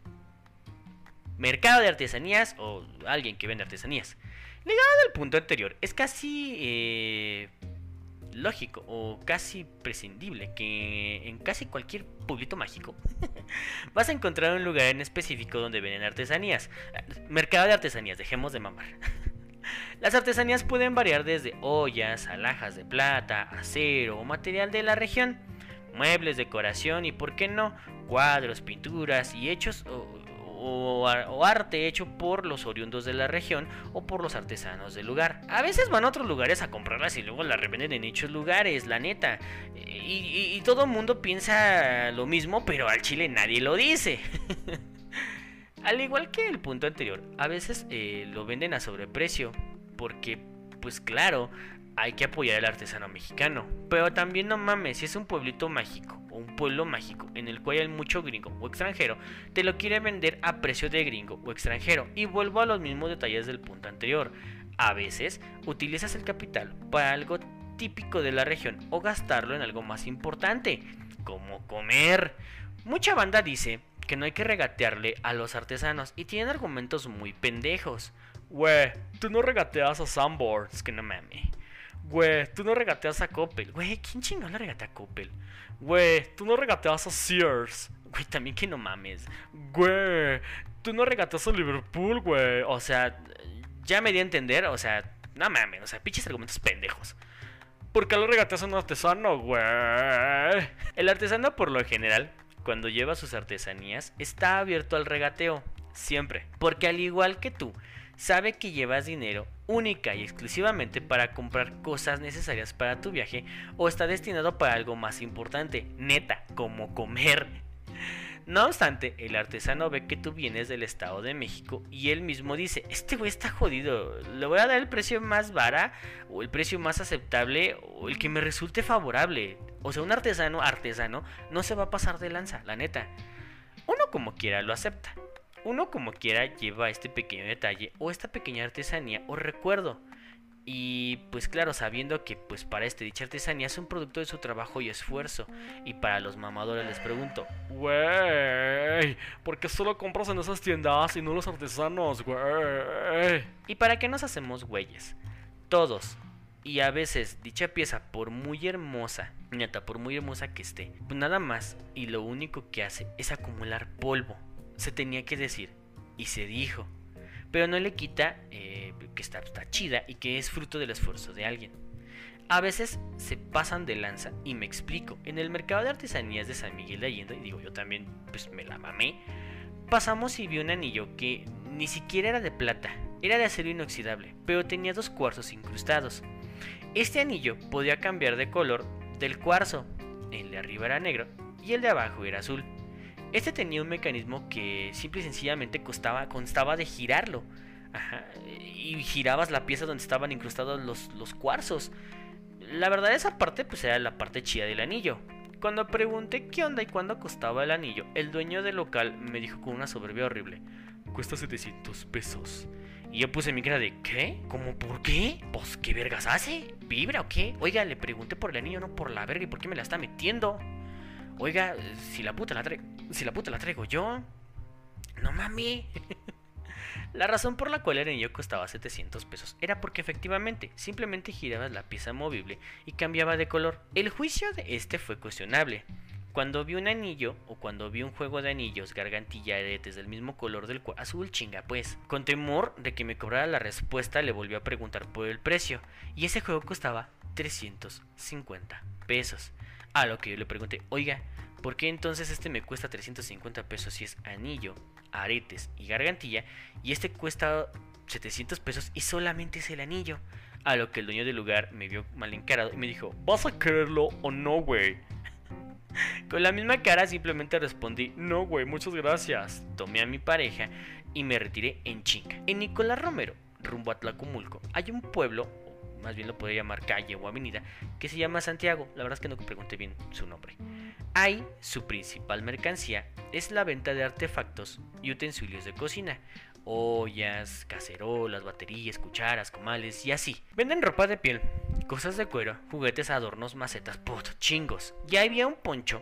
Mercado de artesanías o alguien que vende artesanías. Ligado al punto anterior, es casi eh, lógico o casi prescindible que en casi cualquier pueblito mágico vas a encontrar un lugar en específico donde venden artesanías. Mercado de artesanías, dejemos de mamar. Las artesanías pueden variar desde ollas, alhajas de plata, acero o material de la región, muebles, decoración y, por qué no, cuadros, pinturas y hechos o, O, o arte hecho por los oriundos de la región o por los artesanos del lugar. A veces van a otros lugares a comprarlas y luego las revenden en dichos lugares, la neta. Y, y, y todo el mundo piensa lo mismo, pero al chile nadie lo dice. Al igual que el punto anterior, a veces eh, lo venden a sobreprecio, porque, pues claro, hay que apoyar al artesano mexicano. Pero también no mames, si es un pueblito mágico o un pueblo mágico en el cual hay mucho gringo o extranjero, te lo quiere vender a precio de gringo o extranjero. Y vuelvo a los mismos detalles del punto anterior. A veces utilizas el capital para algo típico de la región o gastarlo en algo más importante, como comer. Mucha banda dice que no hay que regatearle a los artesanos y tienen argumentos muy pendejos. Güey, tú no regateas a Sanborns. Es que no mames. Güey, tú no regateas a Coppel. Güey, ¿quién chingón le regatea a Coppel? Güey, tú no regateas a Sears. Güey, también que no mames. Güey, tú no regateas a Liverpool, güey. O sea, ya me di a entender, o sea, no mames, o sea, pinches argumentos pendejos. ¿Por qué le regateas a un artesano, güey? El artesano, por lo general, cuando lleva sus artesanías, está abierto al regateo. Siempre. Porque al igual que tú, sabe que llevas dinero única y exclusivamente para comprar cosas necesarias para tu viaje o está destinado para algo más importante, neta, como comer. No obstante, el artesano ve que tú vienes del Estado de México y él mismo dice, este güey está jodido, le voy a dar el precio más vara o el precio más aceptable o el que me resulte favorable. O sea, un artesano, artesano, no se va a pasar de lanza, la neta. Uno como quiera lo acepta. Uno como quiera lleva este pequeño detalle o esta pequeña artesanía o recuerdo. Y pues claro, sabiendo que pues para este dicha artesanía es un producto de su trabajo y esfuerzo. Y para los mamadores les pregunto, Güey, ¿por qué solo compras en esas tiendas y no los artesanos, güey? ¿y para qué nos hacemos güeyes? Todos. Y a veces dicha pieza, por muy hermosa, neta, por muy hermosa que esté, pues nada más y lo único que hace es acumular polvo. Se tenía que decir, y se dijo. Pero no le quita eh, que está, está chida y que es fruto del esfuerzo de alguien. A veces se pasan de lanza y me explico. En el mercado de artesanías de San Miguel de Allende, y digo yo también pues me la mamé, pasamos y vi un anillo que ni siquiera era de plata, era de acero inoxidable, pero tenía dos cuarzos incrustados. Este anillo podía cambiar de color del cuarzo, el de arriba era negro y el de abajo era azul. Este tenía un mecanismo que simple y sencillamente costaba, constaba de girarlo. Ajá, y girabas la pieza donde estaban incrustados los, los cuarzos. La verdad esa parte pues era la parte chida del anillo. Cuando pregunté qué onda y cuándo costaba el anillo, el dueño del local me dijo con una soberbia horrible: cuesta setecientos pesos. Y yo puse mi cara de ¿qué? ¿Cómo por qué? Pues ¿qué vergas hace? ¿Vibra o qué? Oiga, le pregunté por el anillo, no por la verga, ¿y por qué me la está metiendo? Oiga, si la puta la traigo, si la puta la traigo yo. No mami. La razón por la cual el anillo costaba setecientos pesos era porque efectivamente simplemente girabas la pieza movible y cambiaba de color. El juicio de este fue cuestionable. Cuando vi un anillo o cuando vi un juego de anillos, gargantilla, aretes del mismo color del cual azul, chinga pues. Con temor de que me cobrara la respuesta, le volví a preguntar por el precio y ese juego costaba trescientos cincuenta pesos. A lo que yo le pregunté, oiga, ¿por qué entonces este me cuesta trescientos cincuenta pesos si es anillo, aretes y gargantilla y este cuesta setecientos pesos y solamente es el anillo? A lo que el dueño del lugar me vio mal encarado y me dijo, ¿vas a quererlo o no, güey? Con la misma cara simplemente respondí, no güey, muchas gracias. Tomé a mi pareja y me retiré en chinga. En Nicolás Romero, rumbo a Tlacomulco, hay un pueblo, o más bien lo podría llamar calle o avenida, que se llama Santiago. La verdad es que no pregunté bien su nombre. Ahí su principal mercancía es la venta de artefactos y utensilios de cocina. Ollas, cacerolas, baterías, cucharas, comales y así. Venden ropa de piel, cosas de cuero, juguetes, adornos, macetas, puto, chingos. Ya había un poncho,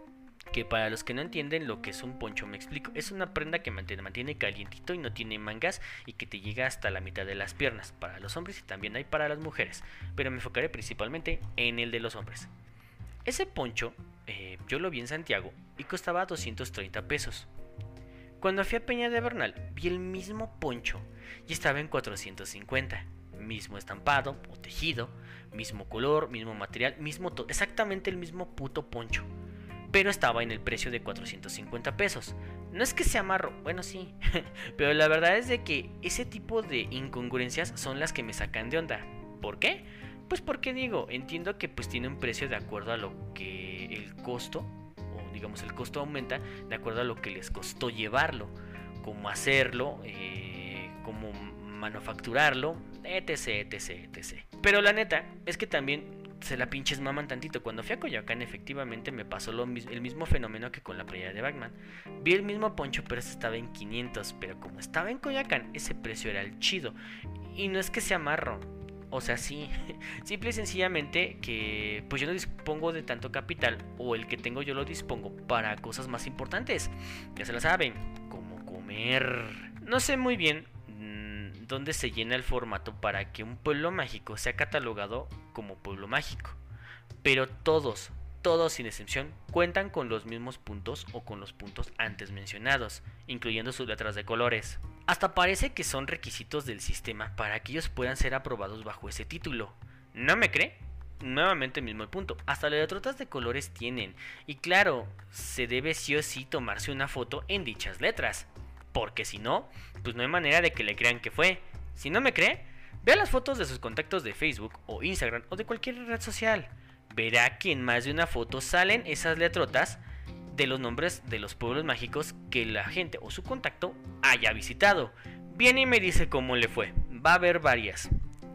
que para los que no entienden lo que es un poncho me explico. Es una prenda que mantiene, mantiene calientito y no tiene mangas y que te llega hasta la mitad de las piernas. Para los hombres y también hay para las mujeres, pero me enfocaré principalmente en el de los hombres. Ese poncho eh, yo lo vi en Santiago y costaba doscientos treinta pesos. Cuando fui a Peña de Bernal, vi el mismo poncho y estaba en cuatrocientos cincuenta. Mismo estampado o tejido, mismo color, mismo material, mismo todo, exactamente el mismo puto poncho. Pero estaba en el precio de cuatrocientos cincuenta pesos. No es que sea marro, bueno sí, pero la verdad es de que ese tipo de incongruencias son las que me sacan de onda. ¿Por qué? Pues porque digo, entiendo que pues tiene un precio de acuerdo a lo que el costo, digamos el costo aumenta de acuerdo a lo que les costó llevarlo, cómo hacerlo, eh, cómo manufacturarlo, etc, etc, etc. Pero la neta es que también se la pinches maman tantito. Cuando fui a Coyoacán efectivamente me pasó lo, el mismo fenómeno que con la playa de Batman. Vi el mismo poncho pero este estaba en quinientos, pero como estaba en Coyoacán ese precio era el chido. Y no es que sea marro, o sea, sí, simple y sencillamente que pues yo no dispongo de tanto capital, o el que tengo yo lo dispongo para cosas más importantes. Ya se lo saben, como comer. No sé muy bien mmm, dónde se llena el formato para que un pueblo mágico sea catalogado como pueblo mágico. Pero todos, todos sin excepción, cuentan con los mismos puntos o con los puntos antes mencionados, incluyendo sus letras de colores. Hasta parece que son requisitos del sistema para que ellos puedan ser aprobados bajo ese título. ¿No me cree? Nuevamente mismo el punto. Hasta las letras de colores tienen. Y claro, se debe sí o sí tomarse una foto en dichas letras. Porque si no, pues no hay manera de que le crean que fue. Si no me cree, vea las fotos de sus contactos de Facebook o Instagram o de cualquier red social. Verá que en más de una foto salen esas letrotas de los nombres de los pueblos mágicos que la gente o su contacto haya visitado. Viene y me dice cómo le fue. Va a haber varias.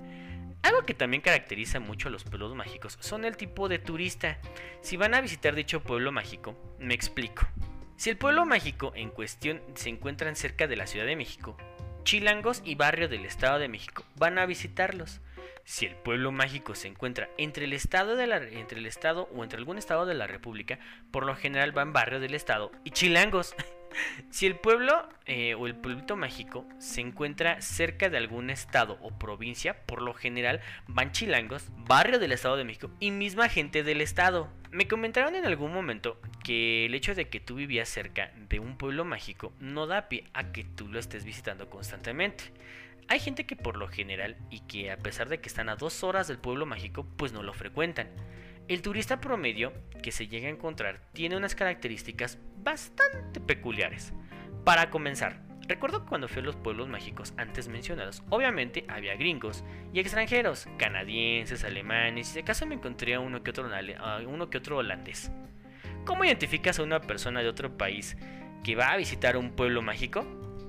Algo que también caracteriza mucho a los pueblos mágicos son el tipo de turista. Si van a visitar dicho pueblo mágico, me explico. Si el pueblo mágico en cuestión se encuentran cerca de la Ciudad de México, chilangos y barrio del Estado de México van a visitarlos. Si el pueblo mágico se encuentra entre el estado de la, entre el estado o entre algún estado de la república, por lo general va en barrio del estado y chilangos. Si el pueblo eh, o el pueblito mágico se encuentra cerca de algún estado o provincia, por lo general van chilangos, barrio del Estado de México y misma gente del estado. Me comentaron en algún momento que el hecho de que tú vivías cerca de un pueblo mágico no da pie a que tú lo estés visitando constantemente. Hay gente que por lo general y que a pesar de que están a dos horas del pueblo mágico, pues no lo frecuentan. El turista promedio que se llega a encontrar tiene unas características bastante peculiares. Para comenzar, recuerdo cuando fui a los pueblos mágicos antes mencionados, obviamente había gringos y extranjeros, canadienses, alemanes, y si acaso me encontré a uno que otro, a uno que otro holandés. ¿Cómo identificas a una persona de otro país que va a visitar un pueblo mágico?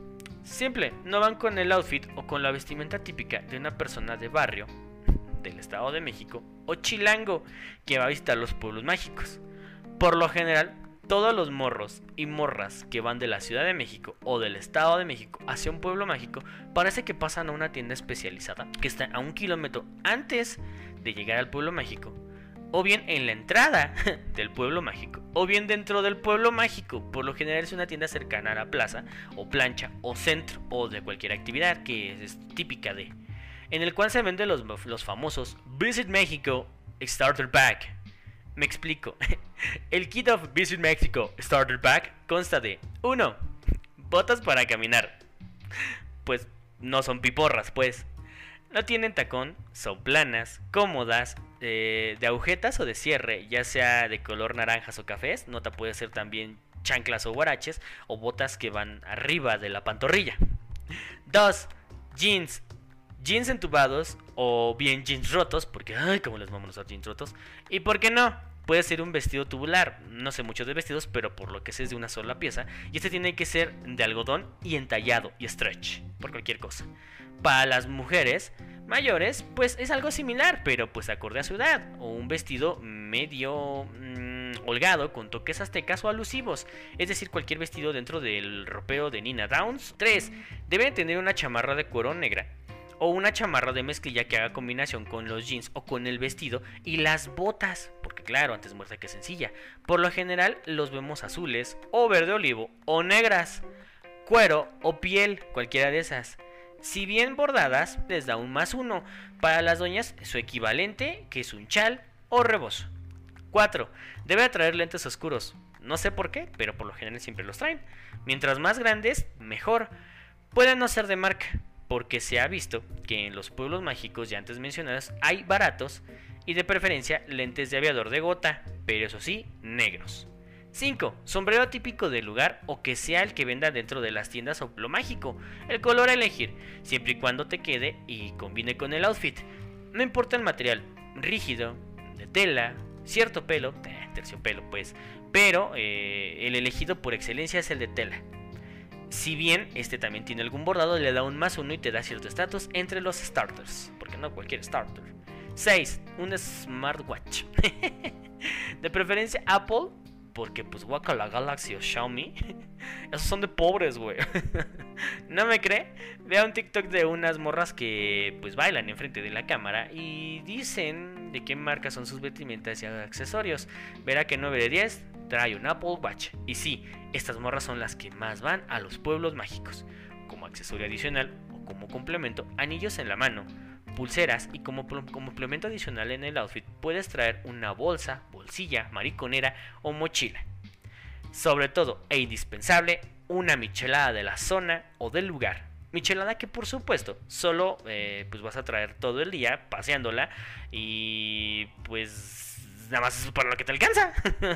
Simple, no van con el outfit o con la vestimenta típica de una persona de barrio del Estado de México o chilango que va a visitar los pueblos mágicos. Por lo general, todos los morros y morras que van de la Ciudad de México o del Estado de México hacia un pueblo mágico parece que pasan a una tienda especializada que está a un kilómetro antes de llegar al pueblo mágico, o bien en la entrada del pueblo mágico, o bien dentro del pueblo mágico. Por lo general es una tienda cercana a la plaza o plancha o centro o de cualquier actividad que es típica de, en el cual se venden los, los famosos Visit Mexico Starter Pack. Me explico. El kit of Visit Mexico Starter Pack consta de uno. Botas para caminar. Pues no son piporras, pues. No tienen tacón, son planas, cómodas, eh, de agujetas o de cierre, ya sea de color naranjas o cafés. Nota, puede ser también chanclas o guaraches o botas que van arriba de la pantorrilla. dos. Jeans. Jeans entubados o bien jeans rotos, porque ay, cómo les vamos a usar jeans rotos. Y por qué no, puede ser un vestido tubular. No sé mucho de vestidos, pero por lo que sé es de una sola pieza. Y este tiene que ser de algodón y entallado y stretch, por cualquier cosa. Para las mujeres mayores, pues es algo similar, pero pues acorde a su edad. O un vestido medio mmm, holgado con toques aztecas o alusivos. Es decir, cualquier vestido dentro del ropero de Nina Downs. tres. Deben tener una chamarra de cuero negra o una chamarra de mezclilla que haga combinación con los jeans o con el vestido y las botas, porque claro, antes muerta que sencilla. Por lo general los vemos azules o verde olivo o negras, cuero o piel, cualquiera de esas. Si bien bordadas, les da un más uno. Para las doñas, su equivalente, que es un chal o rebozo. cuatro. Debe traer lentes oscuros. No sé por qué, pero por lo general siempre los traen. Mientras más grandes, mejor. Pueden no ser de marca, porque se ha visto que en los pueblos mágicos ya antes mencionados hay baratos y de preferencia lentes de aviador de gota, pero eso sí, negros. cinco. Sombrero típico del lugar o que sea el que venda dentro de las tiendas o lo mágico. El color a elegir, siempre y cuando te quede y combine con el outfit. No importa el material, rígido, de tela, cierto pelo, eh, terciopelo pues, pero eh, el elegido por excelencia es el de tela. Si bien este también tiene algún bordado, le da un más uno y te da cierto estatus entre los starters, porque no cualquier starter. seis. Un smartwatch. De preferencia Apple, porque pues guacala Galaxy o Xiaomi, esos son de pobres, güey. ¿No me cree? Vea un TikTok de unas morras que pues bailan enfrente de la cámara y dicen de qué marca son sus vestimentas y accesorios. Verá que nueve de diez trae un Apple Watch. Y sí, estas morras son las que más van a los pueblos mágicos. Como accesorio adicional o como complemento, anillos en la mano, pulseras, y como complemento adicional en el outfit puedes traer una bolsa, bolsilla, mariconera o mochila. Sobre todo e indispensable, una michelada de la zona o del lugar. Michelada que por supuesto solo eh, pues vas a traer todo el día paseándola y pues nada más es para lo que te alcanza.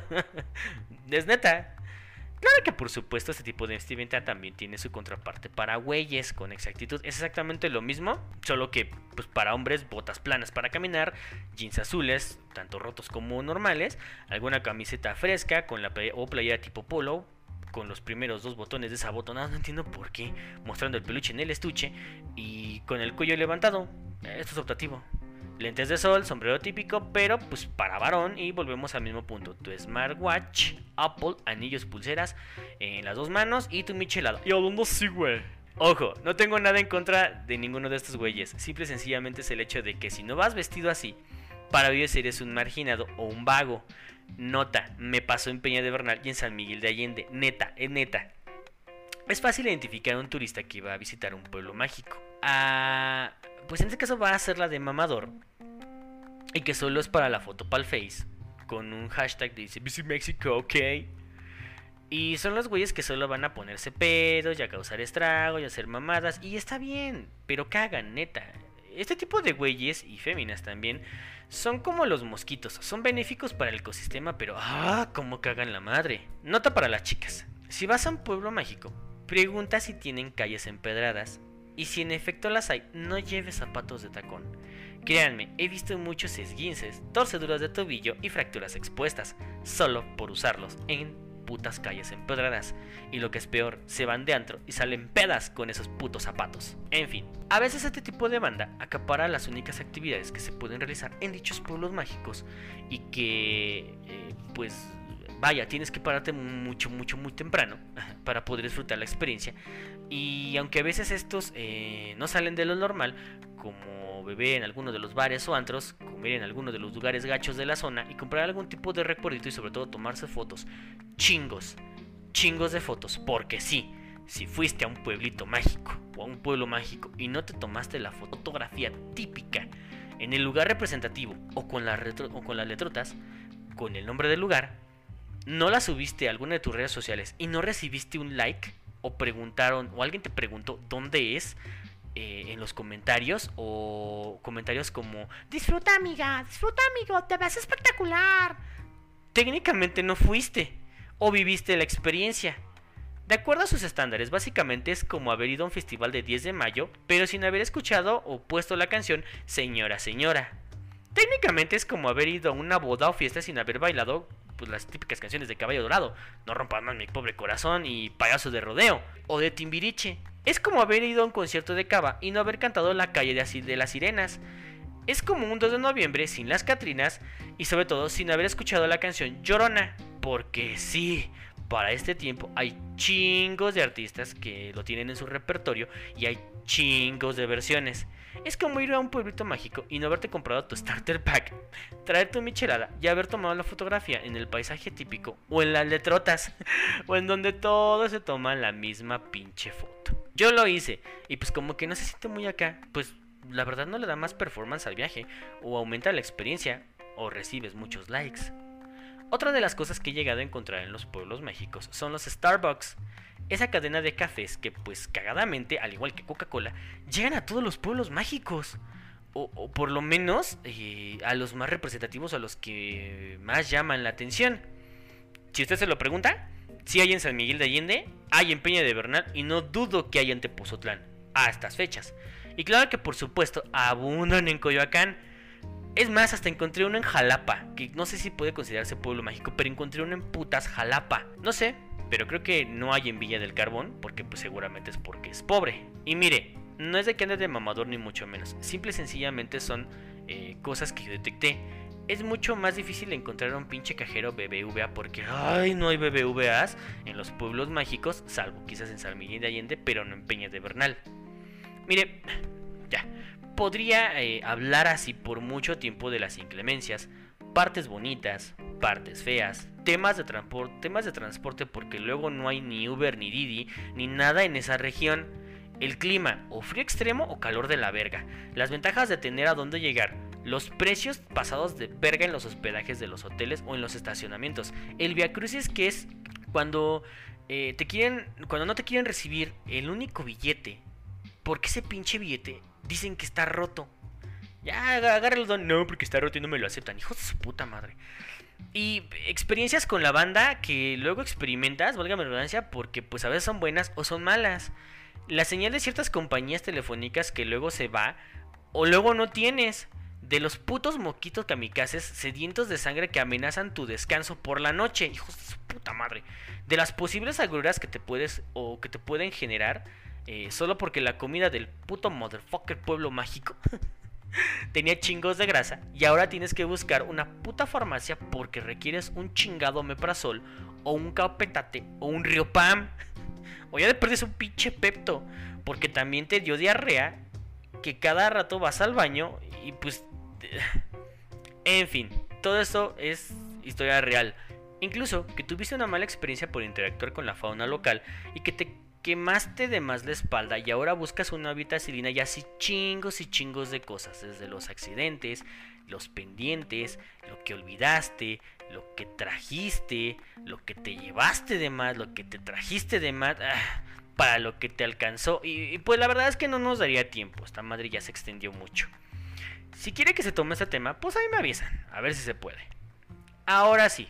Es neta. Claro que por supuesto este tipo de vestimenta también tiene su contraparte para güeyes con exactitud. Es exactamente lo mismo, solo que pues para hombres botas planas para caminar, jeans azules, tanto rotos como normales, alguna camiseta fresca con la play- o playera tipo polo, con los primeros dos botones desabotonados, no entiendo por qué, mostrando el peluche en el estuche y con el cuello levantado. Esto es optativo. Lentes de sol, sombrero típico, pero pues para varón. Y volvemos al mismo punto: tu smartwatch, Apple, anillos, pulseras en las dos manos y tu michelada. Y hablando así, güey, Ojo, no tengo nada en contra de ninguno de estos güeyes. Simple y sencillamente es el hecho de que si no vas vestido así, para ellos eres un marginado o un vago. Nota, me pasó en Peña de Bernal y en San Miguel de Allende. Neta, es neta. Es fácil identificar a un turista que va a visitar un pueblo mágico. Ah, pues en este caso va a ser la de mamador. Y que solo es para la foto para el Face. Con un hashtag que dice Visit Mexico, ok. Y son los güeyes que solo van a ponerse pedos y a causar estragos y a hacer mamadas. Y está bien, pero cagan, neta. Este tipo de güeyes, y féminas también, son como los mosquitos. Son benéficos para el ecosistema, pero ¡ah! Cómo cagan la madre. Nota para las chicas. Si vas a un pueblo mágico, pregunta si tienen calles empedradas. Y si en efecto las hay, no lleves zapatos de tacón. Créanme, he visto muchos esguinces, torceduras de tobillo y fracturas expuestas, solo por usarlos en putas calles empedradas. Y lo que es peor, se van de antro y salen pedas con esos putos zapatos. En fin, a veces este tipo de banda acapara las únicas actividades que se pueden realizar en dichos pueblos mágicos. Y que, eh, pues, vaya, tienes que pararte mucho, mucho, muy temprano para poder disfrutar la experiencia. Y aunque a veces estos eh, no salen de lo normal, como beber en alguno de los bares o antros, comer en alguno de los lugares gachos de la zona y comprar algún tipo de recuerdito y sobre todo tomarse fotos, chingos, chingos de fotos, porque sí, si fuiste a un pueblito mágico o a un pueblo mágico y no te tomaste la fotografía típica en el lugar representativo o con, la retro, o con las letrotas, con el nombre del lugar, no la subiste a alguna de tus redes sociales y no recibiste un like o preguntaron o alguien te preguntó dónde es, Eh, en los comentarios o comentarios como disfruta amiga, disfruta amigo, te ves espectacular, técnicamente no fuiste o viviste la experiencia. De acuerdo a sus estándares, básicamente es como haber ido a un festival de diez de mayo, pero sin haber escuchado o puesto la canción Señora Señora. Técnicamente es como haber ido a una boda o fiesta sin haber bailado pues, las típicas canciones de Caballo Dorado, No rompas más mi pobre corazón y Payaso de Rodeo, o de Timbiriche. Es como haber ido a un concierto de Cava y no haber cantado La calle de, de las sirenas. Es como un dos de noviembre sin las Catrinas y sobre todo sin haber escuchado la canción Llorona. Porque sí, para este tiempo hay chingos de artistas que lo tienen en su repertorio y hay chingos de versiones. Es como ir a un pueblito mágico y no haberte comprado tu starter pack, traer tu michelada y haber tomado la fotografía en el paisaje típico o en las letrotas o en donde todos se toman la misma pinche foto. Yo lo hice y pues como que no se siente muy acá, pues la verdad no le da más performance al viaje o aumenta la experiencia o recibes muchos likes. Otra de las cosas que he llegado a encontrar en los pueblos mágicos son los Starbucks. Esa cadena de cafés que pues cagadamente, al igual que Coca-Cola, llegan a todos los pueblos mágicos. O, o por lo menos eh, a los más representativos, a los que más llaman la atención. Si usted se lo pregunta, sí hay en San Miguel de Allende, hay en Peña de Bernal y no dudo que haya en Tepozotlán a estas fechas. Y claro que por supuesto abundan en Coyoacán. Es más, hasta encontré uno en Jalapa, que no sé si puede considerarse pueblo mágico, pero encontré uno en putas Jalapa. No sé, pero creo que no hay en Villa del Carbón, porque pues seguramente es porque es pobre. Y mire, no es de que ande de mamador ni mucho menos, simple y sencillamente son eh, cosas que yo detecté. Es mucho más difícil encontrar un pinche cajero B B V A porque ay, no hay B B V As en los pueblos mágicos, salvo quizás en San Miguel de Allende, pero no en Peña de Bernal. Mire, ya, podría eh, hablar así por mucho tiempo de las inclemencias, partes bonitas, partes feas, temas de transporte, temas de transporte porque luego no hay ni Uber ni Didi ni nada en esa región. El clima, o frío extremo o calor de la verga. Las ventajas de tener a dónde llegar. Los precios pasados de verga en los hospedajes de los hoteles o en los estacionamientos. El viacrucis que es cuando eh, te quieren, cuando no te quieren recibir el único billete. Porque ese pinche billete dicen que está roto. Ya, agárralo. No, porque está roto y no me lo aceptan. Hijos de su puta madre. Y experiencias con la banda que luego experimentas, válgame la redundancia, porque pues a veces son buenas o son malas. La señal de ciertas compañías telefónicas que luego se va o luego no tienes. De los putos moquitos kamikazes sedientos de sangre que amenazan tu descanso por la noche. Hijos de su puta madre. De las posibles agruras que te puedes o que te pueden generar eh, solo porque la comida del puto motherfucker pueblo mágico tenía chingos de grasa y ahora tienes que buscar una puta farmacia porque requieres un chingado omeprazol o un capetate o un riopam O ya de perdés un pinche Pepto, porque también te dio diarrea, que cada rato vas al baño y pues... En fin, todo esto es historia real. Incluso que tuviste una mala experiencia por interactuar con la fauna local y que te quemaste de más la espalda y ahora buscas una vitacilina y así chingos y chingos de cosas, desde los accidentes, los pendientes, lo que olvidaste, lo que trajiste, lo que te llevaste de más, lo que te trajiste de más, ah, para lo que te alcanzó. Y, y pues la verdad es que no nos daría tiempo, esta madre ya se extendió mucho. Si quiere que se tome este tema, pues ahí me avisan, a ver si se puede. Ahora sí,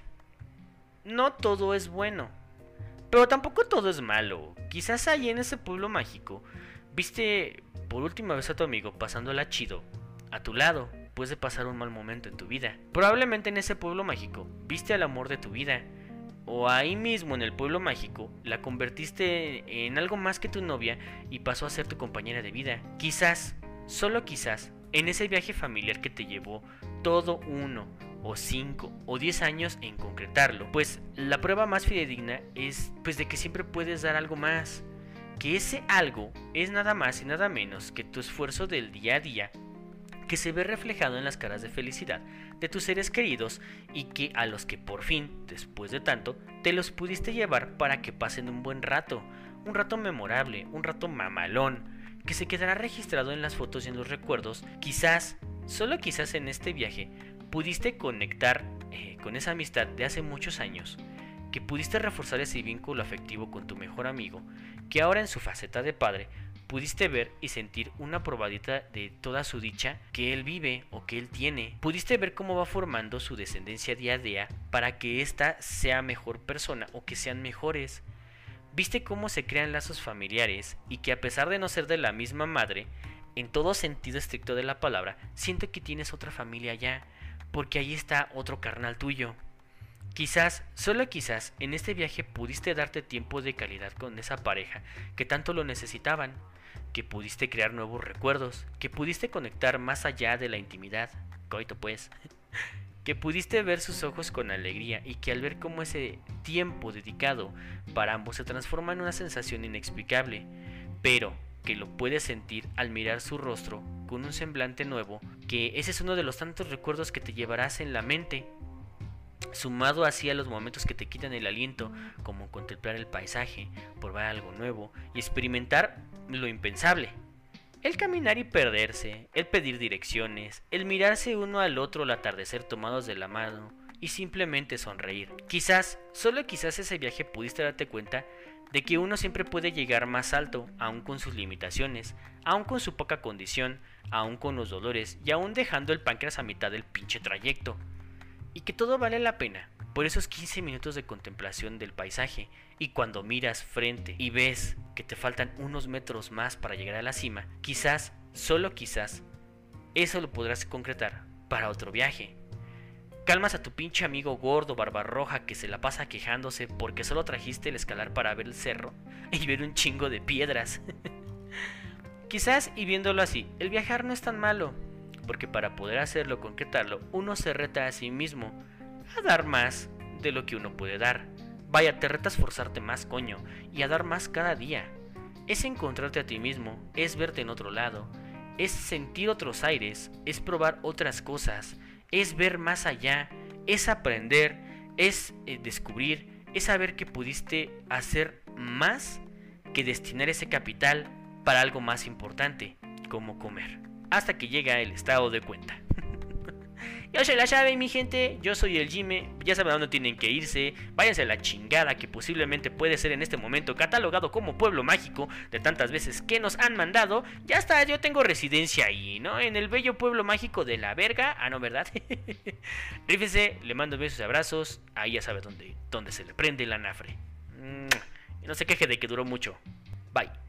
no todo es bueno, pero tampoco todo es malo. Quizás allí en ese pueblo mágico viste por última vez a tu amigo pasándola chido a tu lado, después de pasar un mal momento en tu vida. Probablemente en ese pueblo mágico viste al amor de tu vida, o ahí mismo en el pueblo mágico la convertiste en algo más que tu novia y pasó a ser tu compañera de vida. Quizás, solo quizás, en ese viaje familiar que te llevó todo uno, o cinco, o diez años en concretarlo, pues la prueba más fidedigna es pues de que siempre puedes dar algo más, que ese algo es nada más y nada menos que tu esfuerzo del día a día, que se ve reflejado en las caras de felicidad de tus seres queridos y que a los que por fin, después de tanto, te los pudiste llevar para que pasen un buen rato, un rato memorable, un rato mamalón, que se quedará registrado en las fotos y en los recuerdos. Quizás, solo quizás en este viaje, pudiste conectar eh, con esa amistad de hace muchos años, que pudiste reforzar ese vínculo afectivo con tu mejor amigo, que ahora en su faceta de padre, pudiste ver y sentir una probadita de toda su dicha que él vive o que él tiene. Pudiste ver cómo va formando su descendencia día a día para que ésta sea mejor persona o que sean mejores. Viste cómo se crean lazos familiares y que a pesar de no ser de la misma madre, en todo sentido estricto de la palabra, siento que tienes otra familia allá, porque ahí está otro carnal tuyo. Quizás, solo quizás, en este viaje pudiste darte tiempo de calidad con esa pareja que tanto lo necesitaban, que pudiste crear nuevos recuerdos, que pudiste conectar más allá de la intimidad, coito pues, que pudiste ver sus ojos con alegría y que al ver cómo ese tiempo dedicado para ambos se transforma en una sensación inexplicable, pero que lo puedes sentir al mirar su rostro con un semblante nuevo, que ese es uno de los tantos recuerdos que te llevarás en la mente, sumado así a los momentos que te quitan el aliento, como contemplar el paisaje, probar algo nuevo y experimentar lo impensable. El caminar y perderse, el pedir direcciones, el mirarse uno al otro al atardecer tomados de la mano y simplemente sonreír. Quizás, solo quizás ese viaje pudiste darte cuenta de que uno siempre puede llegar más alto, aún con sus limitaciones, aún con su poca condición, aún con los dolores y aún dejando el páncreas a mitad del pinche trayecto. Y que todo vale la pena por esos quince minutos de contemplación del paisaje, y cuando miras frente y ves que te faltan unos metros más para llegar a la cima, quizás, solo quizás, eso lo podrás concretar para otro viaje. Calmas a tu pinche amigo gordo barbarroja que se la pasa quejándose porque solo trajiste el escalar para ver el cerro y ver un chingo de piedras. Quizás, y viéndolo así, el viajar no es tan malo, porque para poder hacerlo, concretarlo, uno se reta a sí mismo a dar más de lo que uno puede dar. Vaya, te retas forzarte más, coño, y a dar más cada día. Es encontrarte a ti mismo, es verte en otro lado, es sentir otros aires, es probar otras cosas, es ver más allá, es aprender, es eh, descubrir, es saber que pudiste hacer más que destinar ese capital para algo más importante, como comer, hasta que llega el estado de cuenta. Yo soy la llave, mi gente, yo soy el Jime, ya saben a dónde tienen que irse, váyanse a la chingada que posiblemente puede ser en este momento catalogado como pueblo mágico de tantas veces que nos han mandado. Ya está, yo tengo residencia ahí, ¿no? En el bello pueblo mágico de la verga, ah no, ¿verdad? Rífese, le mando besos y abrazos, ahí ya sabe dónde, dónde se le prende el anafre. Y no se queje de que duró mucho, bye.